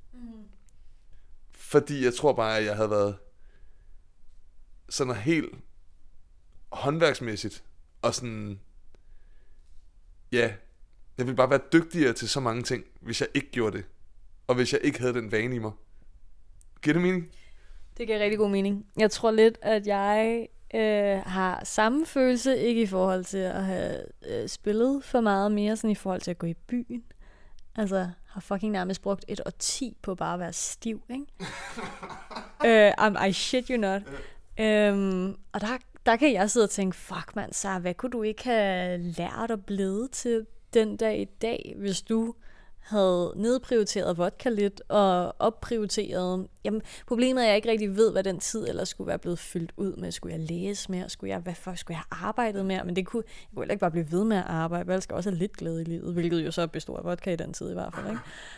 Fordi jeg tror bare, at jeg havde været sådan helt håndværksmæssigt, og sådan, ja, jeg ville bare være dygtigere til så mange ting, hvis jeg ikke gjorde det. Og hvis jeg ikke havde den vane i mig. Giver det mening? Det giver rigtig god mening. Jeg tror lidt, at jeg har samme følelse, ikke i forhold til at have spillet for meget, mere sådan i forhold til at gå i byen. Altså, har fucking nærmest brugt et årti på bare at være stiv, ikke? I shit you not. Og der kan jeg sidde og tænke, fuck mand, så hvad kunne du ikke have lært og blevet til den dag i dag, hvis du havde nedprioriteret vodka lidt og opprioriteret. Jamen, problemet er, at jeg ikke rigtig ved, hvad den tid ellers skulle være blevet fyldt ud med. Skulle jeg læse mere? Skulle jeg have arbejdet mere? Men jeg kunne heller ikke bare blive ved med at arbejde, jeg skal også have lidt glæde i livet, hvilket jo så består af vodka i den tid i hvert fald, ikke?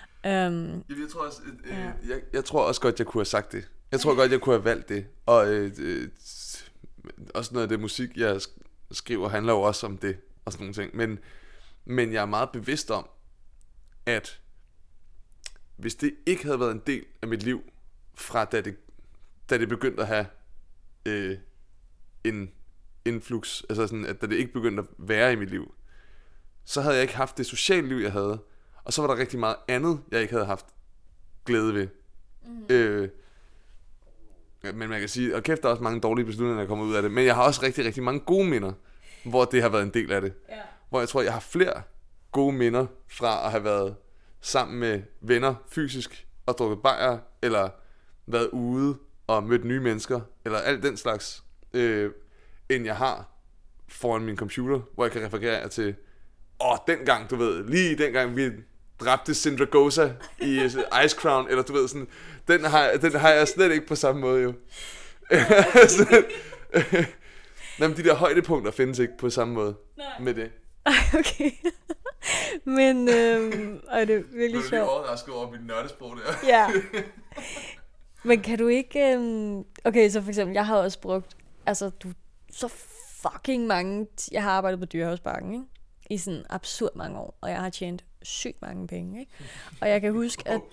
Jeg tror også godt, jeg kunne have sagt det. Jeg tror godt, jeg kunne have valgt det. Og også noget af det musik, jeg skriver, handler jo også om det og sådan nogle ting. Men jeg er meget bevidst om, at hvis det ikke havde været en del af mit liv, fra da det begyndte at have en influx, altså sådan, at da det ikke begyndte at være i mit liv, så havde jeg ikke haft det sociale liv, jeg havde. Og så var der rigtig meget andet, jeg ikke havde haft glæde ved. Men man kan sige, og kæft, der er også mange dårlige beslutninger, der kommer ud af det. Men jeg har også rigtig, rigtig mange gode minder, hvor det har været en del af det. Ja. Hvor jeg tror, jeg har flere gode minder fra at have været sammen med venner fysisk og drukket bajer, eller været ude og mødt nye mennesker, eller alt den slags, end jeg har foran min computer, hvor jeg kan referere til, dengang, du ved, lige dengang vi dræbte Sindragosa i Ice Crown, eller du ved sådan, den har jeg slet ikke på samme måde jo. Jamen, de der højdepunkter findes ikke på samme måde. Nej. Med det. Okay. Men er det virkelig sjovt. Du er lige overrasket over mit nørdesprog der. Ja. Men kan du ikke... Okay, så for eksempel, jeg har også brugt... Altså, så fucking mange... Jeg har arbejdet på Dyrehavsbakken, ikke? I sådan absurd mange år, og jeg har tjent sygt mange penge, ikke? Og jeg kan huske, at...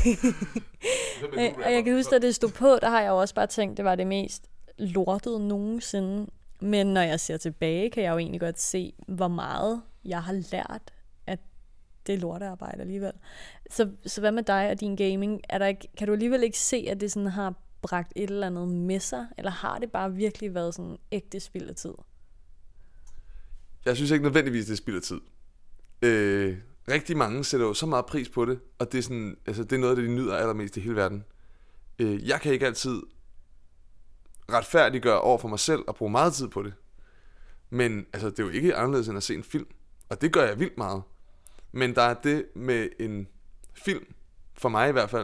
og jeg kan huske, at det stod på, der har jeg jo også bare tænkt, det var det mest lortede nogensinde. Men når jeg ser tilbage, kan jeg jo egentlig godt se, hvor meget jeg har lært af det lortearbejde alligevel. Så hvad med dig og din gaming? Kan du alligevel ikke se, at det sådan har bragt et eller andet med sig? Eller har det bare virkelig været sådan ægte spild af tid? Jeg synes ikke nødvendigvis, det er spild af tid. Rigtig mange sætter jo så meget pris på det, og det er, sådan, altså, det er noget, de nyder allermest i hele verden. Jeg kan ikke altid retfærdiggøre over for mig selv og bruge meget tid på det. Men altså, det er jo ikke anderledes end at se en film. Og det gør jeg vildt meget. Men der er det med en film, for mig i hvert fald,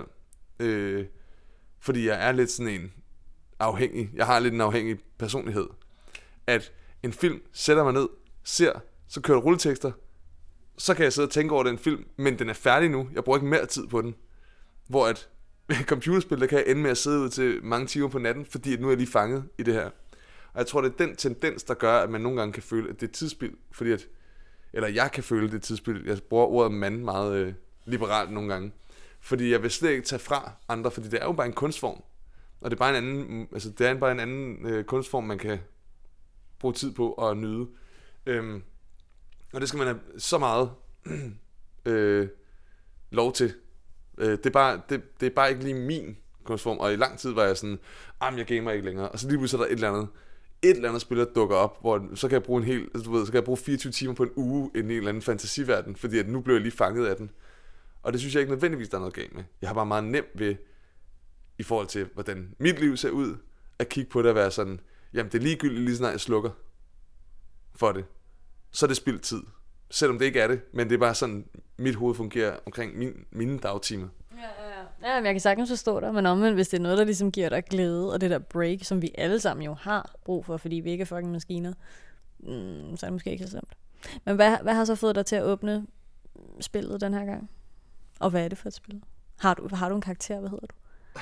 fordi jeg er lidt sådan en afhængig, jeg har lidt en afhængig personlighed, at en film sætter mig ned, ser, så kører der rulletekster, så kan jeg sidde og tænke over den film, men den er færdig nu, jeg bruger ikke mere tid på den. Hvor at computerspil, der kan jeg ende med at sidde ud til mange timer på natten, fordi at nu er jeg lige fanget i det her. Og jeg tror, det er den tendens, der gør, at man nogle gange kan føle, at det er tidsspil, fordi at, eller jeg kan føle, at det er tidsspil. Jeg bruger ordet mand meget liberalt nogle gange, fordi jeg vil slet ikke tage fra andre, fordi det er jo bare en kunstform, og det er bare en anden, altså det er bare en anden kunstform, man kan bruge tid på at nyde. Og det skal man have så meget lov til. Det er bare ikke lige min kunstform. Og i lang tid var jeg sådan, jeg gamer ikke længere. Og så lige pludselig er der et eller andet spil, der dukker op, hvor så kan jeg bruge så kan jeg bruge 24 timer på en uge i en eller anden fantasiverden, fordi at nu blev jeg lige fanget af den. Og det synes jeg ikke nødvendigvis, der er noget galt med. Jeg har bare meget nemt ved, i forhold til, hvordan mit liv ser ud, at kigge på det og være sådan, jamen det er ligegyldigt, lige snart jeg slukker for det. Så er det spildt tid. Selvom det ikke er det, men det er bare sådan, mit hoved fungerer omkring mine dagtimer. Ja, men jeg kan sagtens forstå dig, men omvendt, hvis det er noget, der ligesom giver dig glæde, og det der break, som vi alle sammen jo har brug for, fordi vi ikke er fucking maskiner, så er det måske ikke så slemt. Men hvad har så fået dig til at åbne spillet den her gang? Og hvad er det for et spil? Har du en karakter? Hvad hedder du?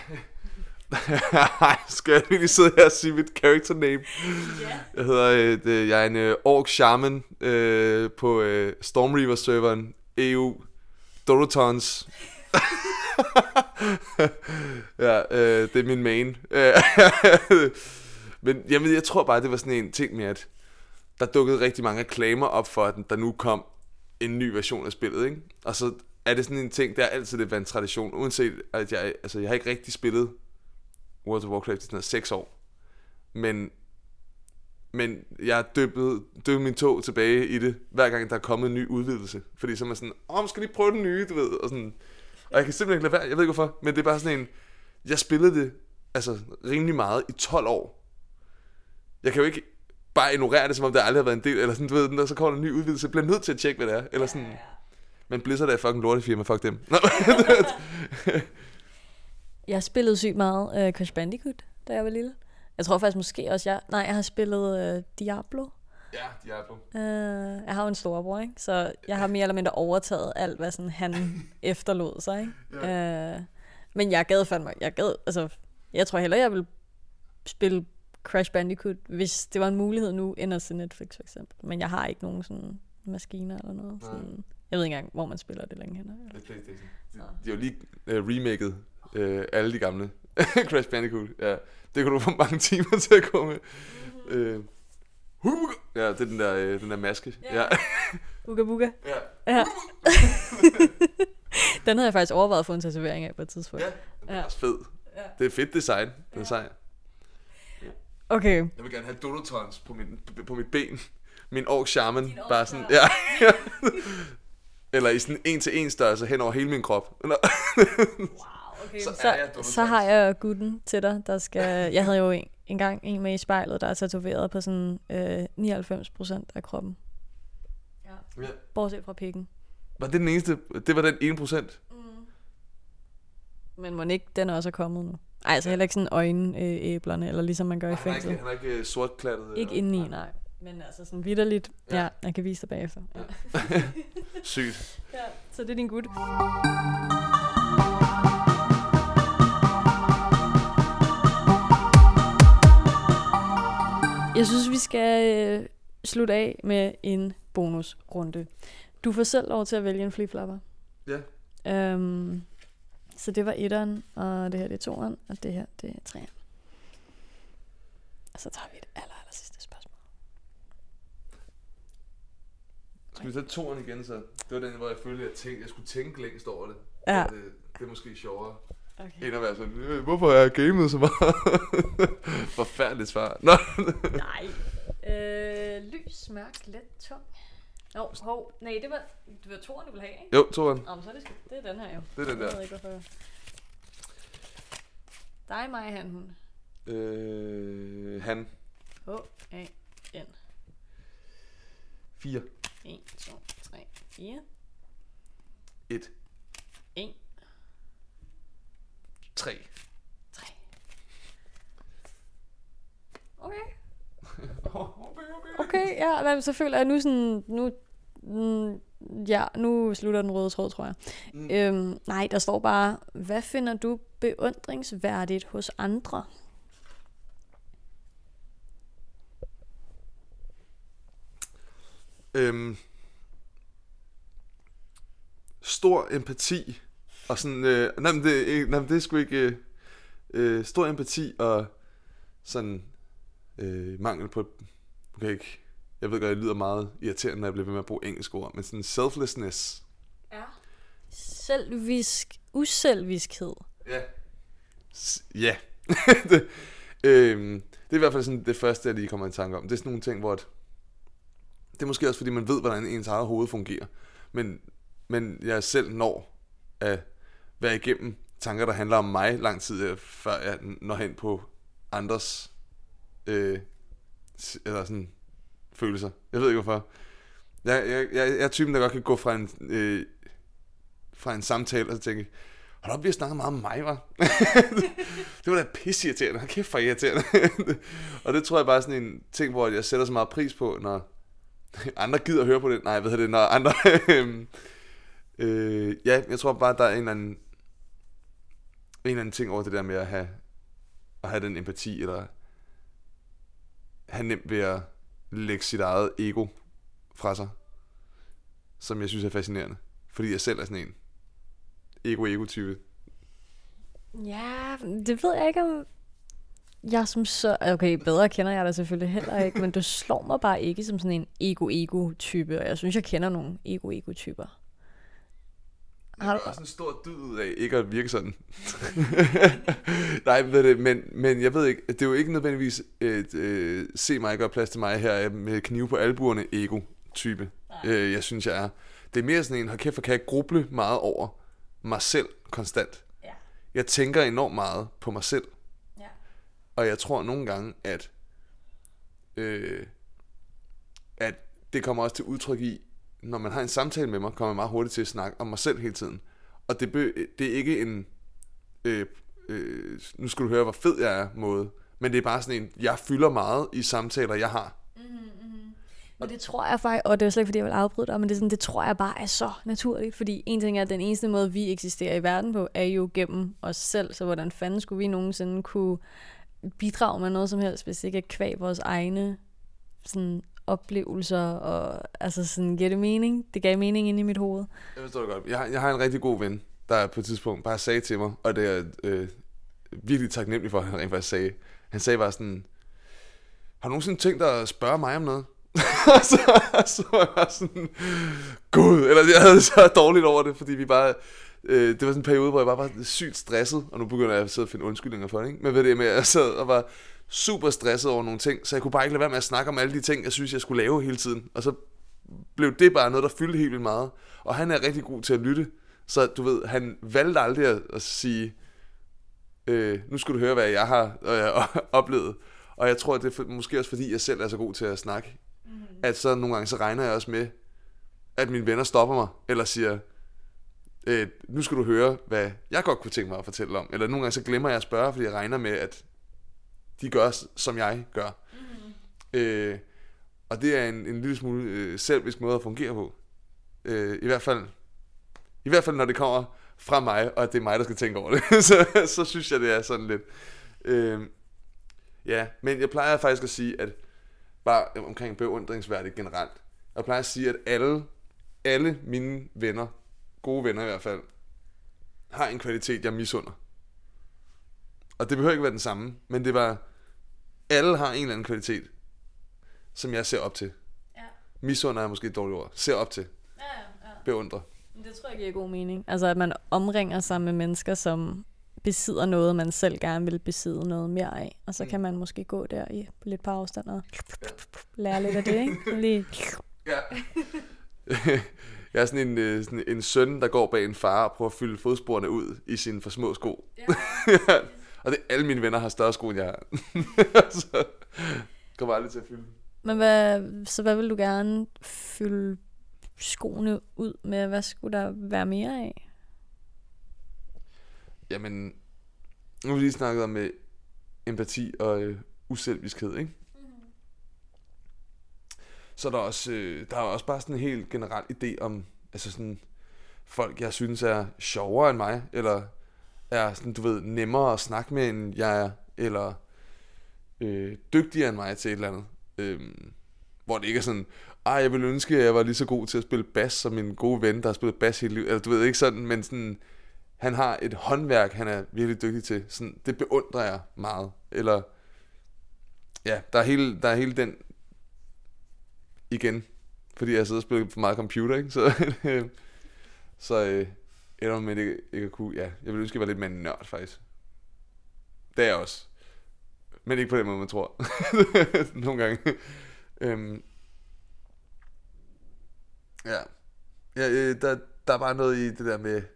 Skal jeg virkelig sidde her og sige mit character name? Yeah. Jeg er en orc shaman på Stormreaver serveren EU Dorotons. Ja, det er min main. Men jamen, jeg tror bare, det var sådan en ting med, at der dukkede rigtig mange reklamer op for, at der nu kom en ny version af spillet, ikke? Og så er det sådan en ting, der er altid det været en tradition, uanset at jeg har ikke rigtig spillet World of Warcraft i sådan 6 år. Men jeg har døbet min tog tilbage i det, hver gang der er kommet en ny udvidelse. Fordi så er man sådan, man skal lige prøve den nye, du ved. Og jeg kan simpelthen ikke lade være, jeg ved ikke hvorfor. Men det er bare sådan en, jeg spillede det altså rimelig meget i 12 år. Jeg kan jo ikke bare ignorere det, som om det aldrig har været en del, eller sådan, du ved, når så kommer der en ny udvidelse, jeg bliver nødt til at tjekke, hvad det er, eller sådan, men Blizzard er fucking lortefirma, fuck dem. Jeg spillede sygt meget Crash Bandicoot, da jeg var lille. Jeg tror faktisk måske også, jeg har spillet Diablo. Ja, Diablo. Jeg har jo en storebror, ikke? Så jeg har mere eller mindre overtaget alt, hvad sådan, han efterlod sig, ikke? Ja. Men jeg tror hellere, jeg ville spille Crash Bandicoot, hvis det var en mulighed nu, end at se Netflix for eksempel. Men jeg har ikke nogen sådan maskiner eller noget. Sådan. Jeg ved ikke engang, hvor man spiller det længe hen. Det er PlayStation. De har jo lige remaket alle de gamle Crash Bandicoot. Ja, det kunne du få mange timer til at gå med. Ja, det er den der maske. Ja. Booga Booga. Ja. Den havde jeg faktisk overvejet at få en tatovering af på et tidspunkt. Ja, den er også fed. Ja. Det er fedt design. Den er sej. Okay. Jeg vil gerne have Dodotons på mit ben. Min Ork Shaman. Bare sådan, ja. Eller i sådan 1-til-1 størrelse hen over hele min krop. Wow, okay. Så har jeg gutten til dig, der skal... Jeg havde jo engang en med i spejlet, der er tatoveret på sådan 99% af kroppen. Ja. Bortset fra pikken. Var det den eneste? Det var den 1%? Men må ikke den også er kommet nu? Ej, altså heller ikke sådan øjenæblerne, eller ligesom man gør i fængsel. Han er ikke sortklattet? Ikke indeni, nej. Men altså sådan vitterligt. Ja, jeg kan vise dig bagefter. Ja. Sygt. Ja, så det er din gut. Jeg synes, vi skal slutte af med en bonusrunde. Du får selv lov til at vælge en flip-flopper. Ja. Så det var 1'eren, og det her det er 2'eren, og det her det er 3'eren. Og så tager vi et aller sidste spørgsmål. Skal vi tage 2'eren igen så? Det var den, hvor jeg følte, at jeg skulle tænke længst over det. Ja. Det er måske sjovere. Okay. End at være sådan, hvorfor har jeg gamet så meget? Forfærdeligt svar. Nå. Nej. Lys, mørk, let, tung. Nej, det var 2'eren, du ville have, ikke? Jo, 2'eren. Så det er den her jo. Det er den der. Jeg ved ikke, hvorfor. Dig, mig, han, hun. Han. H-A-N. 4. 1, 2, 3, 4. 1. 1. 3. Okay. Okay, ja, så føler jeg nu sådan, nu slutter den røde tråd, tror jeg. Nej, der står bare, hvad finder du beundringsværdigt hos andre? Stor empati og sådan, det er sgu ikke stor empati og sådan mangel på, okay, ikke, jeg ved godt, jeg lyder meget irriterende, når jeg bliver ved med at bruge engelske ord, men sådan selflessness. Ja. Uselviskhed. Ja. Ja. det er i hvert fald sådan det første, jeg lige kommer i tanke om. Det er sådan nogle ting, hvor det er måske også, fordi man ved, hvordan ens eget hoved fungerer. Men jeg selv når at være igennem tanker, der handler om mig lang tid, før jeg når hen på andres eller sådan følelser. Jeg ved ikke hvorfor. Jeg er typen, der godt kan gå fra en samtale og så tænke, hold op, vi har snakket meget om mig, var. Det var da pisseirriterende. Hold kæft for irriterende. Og det tror jeg bare er sådan en ting, hvor jeg sætter så meget pris på, når andre gider at høre på det. Nej, hvad hedder det, når andre ja, jeg tror bare, der er en eller anden ting over det der med at have den empati, eller have nemt ved at lægge sit eget ego fra sig, som jeg synes er fascinerende. Fordi jeg selv er sådan en ego-type. Ja, det ved jeg ikke om... Jeg som så... Okay, bedre kender jeg dig selvfølgelig heller ikke, men du slår mig bare ikke som sådan en ego-type, og jeg synes, jeg kender nogle ego-typer. Jeg har også en stor dyd ud af ikke at virke sådan. Nej, men jeg ved ikke, det er jo ikke nødvendigvis se mig gøre plads til mig her med knive på albuerne ego-type. Jeg synes, jeg er. Det er mere sådan en, hold kæft, for kan jeg gruble meget over mig selv konstant. Ja. Jeg tænker enormt meget på mig selv. Ja. Og jeg tror nogle gange, at at det kommer også til udtryk i, når man har en samtale med mig, kommer jeg meget hurtigt til at snakke om mig selv hele tiden. Og det er ikke en, nu skal du høre, hvor fed jeg er måde, men det er bare sådan en, jeg fylder meget i samtaler, jeg har. Og det tror jeg faktisk, og det er slet ikke, fordi jeg vil afbryde dig, men det, er sådan, det tror jeg bare er så naturligt, fordi en ting er, at den eneste måde, vi eksisterer i verden på, er jo gennem os selv, så hvordan fanden skulle vi nogensinde kunne bidrage med noget som helst, hvis ikke er kvæg vores egne sådan, oplevelser, og altså sådan, giver det mening? Det gav mening inde i mit hoved. Jeg forstår det godt. Jeg har en rigtig god ven, der på et tidspunkt bare sagde til mig, og det er virkelig taknemmelig for, at han rent faktisk sagde. Han sagde bare sådan, har du nogensinde tænkt dig at spørge mig om noget? så var jeg sådan, gud, eller jeg havde så dårligt over det, fordi vi bare, det var sådan en periode, hvor jeg bare var sygt stresset, og nu begynder jeg at sidde og finde undskyldninger for det, ikke? Men ved det med, at jeg sad og var super stresset over nogle ting, så jeg kunne bare ikke lade være med at snakke om alle de ting, jeg synes, jeg skulle lave hele tiden, og så blev det bare noget, der fyldte helt vildt meget, og han er rigtig god til at lytte, så du ved, han valgte aldrig at sige, nu skal du høre, hvad jeg har oplevet, og jeg tror, det er måske også fordi, jeg selv er så god til at snakke, at så nogle gange, så regner jeg også med, at mine venner stopper mig, eller siger, nu skal du høre, hvad jeg godt kunne tænke mig at fortælle om. Eller nogle gange, så glemmer jeg at spørge, fordi jeg regner med, at de gør, som jeg gør. Og det er en lille smule selvisk måde at fungere på. I hvert fald, når det kommer fra mig, og at det er mig, der skal tænke over det. så synes jeg, det er sådan lidt. Ja, men jeg plejer faktisk at sige, at bare omkring beundringsværdigt generelt. Jeg plejer at sige, at alle mine venner, gode venner i hvert fald, har en kvalitet, jeg misunder. Og det behøver ikke være den samme, men det var, alle har en eller anden kvalitet, som jeg ser op til. Ja. Misunder er måske et dårligt ord. Ser op til. Ja. Beundrer. Det tror jeg giver god mening. Altså, at man omringer sig med mennesker, som besidder noget, man selv gerne vil besidde noget mere af. Og så kan man måske gå der i lidt på afstand og lære lidt af det, ikke? Lige. Ja. Jeg er sådan en søn, der går bag en far og prøver at fylde fodsporene ud i sine for små sko. Ja. Og det alle mine venner har større sko, end jeg har. Så kommer aldrig til at fylde. Men hvad vil du gerne fylde skoene ud med? Hvad skulle der være mere af? Jamen, nu har vi lige snakket om empati og uselviskhed, ikke? Så der er også bare sådan en helt generel idé om, altså sådan folk, jeg synes er sjovere end mig, eller er sådan, du ved, nemmere at snakke med, end jeg er, eller dygtigere end mig til et eller andet. Hvor det ikke er sådan, jeg ville ønske, at jeg var lige så god til at spille bas, som min gode ven, der har spillet bas hele livet, eller du ved ikke sådan, men sådan, han har et håndværk, han er virkelig dygtig til, sådan, det beundrer jeg meget, eller, ja, der er hele den, igen, fordi jeg sidder og spiller for meget computer, ikke? Så ender med det ikke at kunne, ja, jeg vil ønske, at jeg var lidt mere en nørd, faktisk. Det er jeg også. Men ikke på den måde, man tror. Nogle gange. Der er bare noget i det der med,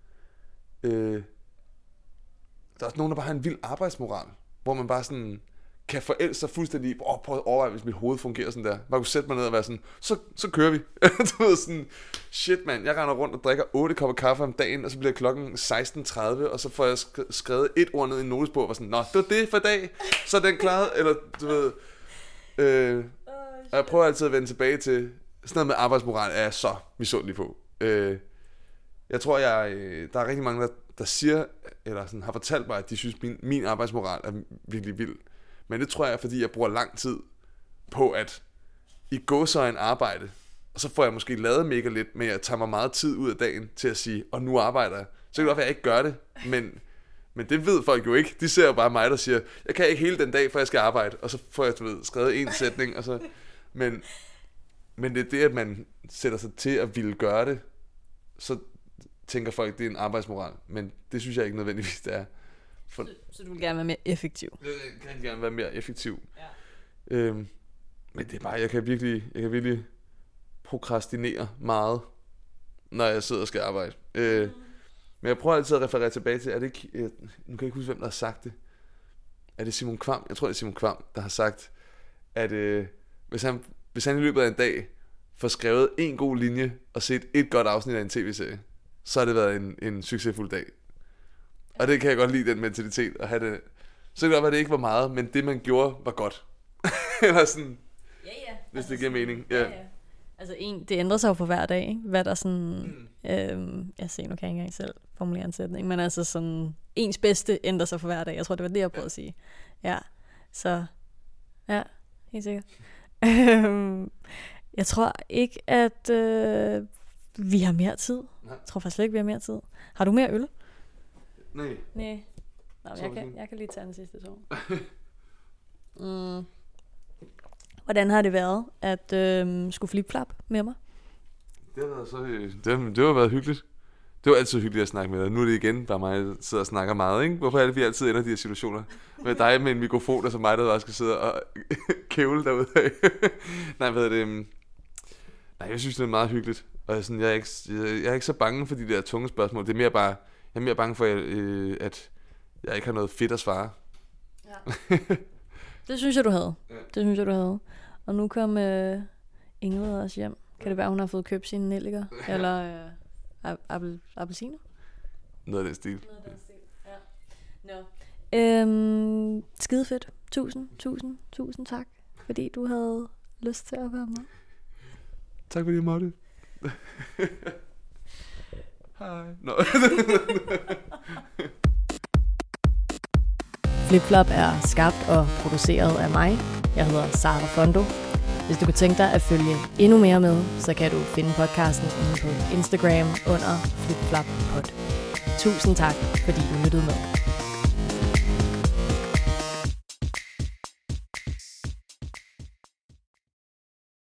der er også nogen, der bare har en vild arbejdsmoral, hvor man bare sådan kan forælde sig fuldstændig i, prøv at overveje, hvis mit hoved fungerer sådan der. Man kunne sætte mig ned og være sådan, så kører vi. Du ved sådan, shit mand, jeg render rundt og drikker 8 kopper kaffe om dagen, og så bliver klokken 16.30, og så får jeg skrevet et ord ned i en notesbog, og sådan, nå, det var det for i dag, så er den klaret, eller du ved. Og jeg prøver altid at vende tilbage til, sådan noget med arbejdsmoral er jeg så misundelig på. Jeg tror, der er rigtig mange, der siger, eller sådan, har fortalt mig, at de synes, min arbejdsmoral er virkelig vild. Men det tror jeg, fordi jeg bruger lang tid på at i gåseøjne arbejde. Og så får jeg måske lavet mega lidt, men jeg tager mig meget tid ud af dagen til at sige, og nu arbejder jeg. Så kan det godt være, at jeg ikke gør det, men det ved folk jo ikke. De ser jo bare mig, der siger, jeg kan ikke hele den dag, for jeg skal arbejde. Og så får jeg skrevet en sætning. Og så, men det er det, at man sætter sig til at ville gøre det, så tænker folk, det er en arbejdsmoral. Men det synes jeg ikke nødvendigvis, det er. Så du vil gerne være mere effektiv? Jeg vil rigtig gerne være mere effektiv. Ja. Men det er bare, jeg kan virkelig prokrastinere meget, når jeg sidder og skal arbejde. Men jeg prøver altid at referere tilbage til, er det ikke, nu kan jeg ikke huske, hvem der har sagt det. Er det Simon Kvam? Jeg tror, det er Simon Kvam, der har sagt, at hvis han i løbet af en dag får skrevet en god linje og set et godt afsnit af en tv-serie, så har det været en succesfuld dag. Og det kan jeg godt lide, den mentalitet at have det. Så kan det godt være, det ikke var meget, men det man gjorde var godt. Eller sådan, ja. Hvis altså, det giver mening. Ja. Altså det ændrer sig jo for hver dag, ikke? Hvad der sådan, jeg ser, nu kan jeg ikke engang selv formulere en sætning, men altså sådan, ens bedste ændrer sig for hver dag. Jeg tror, det var det, jeg prøvede at sige. Ja, så, ja, helt sikkert. Jeg tror ikke, at vi har mere tid. Jeg tror faktisk ikke, vi har mere tid. Har du mere øl? Nej. Nå, jeg kan lige tage den sidste tår. Hvordan har det været at skulle flip-flap med mig? Det har været hyggeligt. Det var altid hyggeligt at snakke med dig. Nu er det igen bare mig, der sidder og snakker meget, ikke? Hvorfor er det, vi altid ender i de her situationer? Med dig med en mikrofon, og så mig, der bare skal sidde og kævle derude af. Nej, jeg synes, det er meget hyggeligt. Og sådan, jeg er ikke så bange for de der tunge spørgsmål. Det er mere bare, jeg er mere bange for, at jeg ikke har noget fedt at svare. Ja. Det synes jeg, du havde. Ja. Det synes jeg, du havde. Og nu kom Ingrid også hjem. Kan det være, hun har fået købt sine nelliker? Eller appelsiner? Noget af den stil. Ja. Skide fedt. Tusind tak, fordi du havde lyst til at være med. Tak fordi jeg måtte. Hej. No. Flip-Flop er skabt og produceret af mig. Jeg hedder Sara Fondo. Hvis du kunne tænke dig at følge endnu mere med, så kan du finde podcasten inde på Instagram under FlipFlop Pod. Tusind tak, fordi du lyttede med.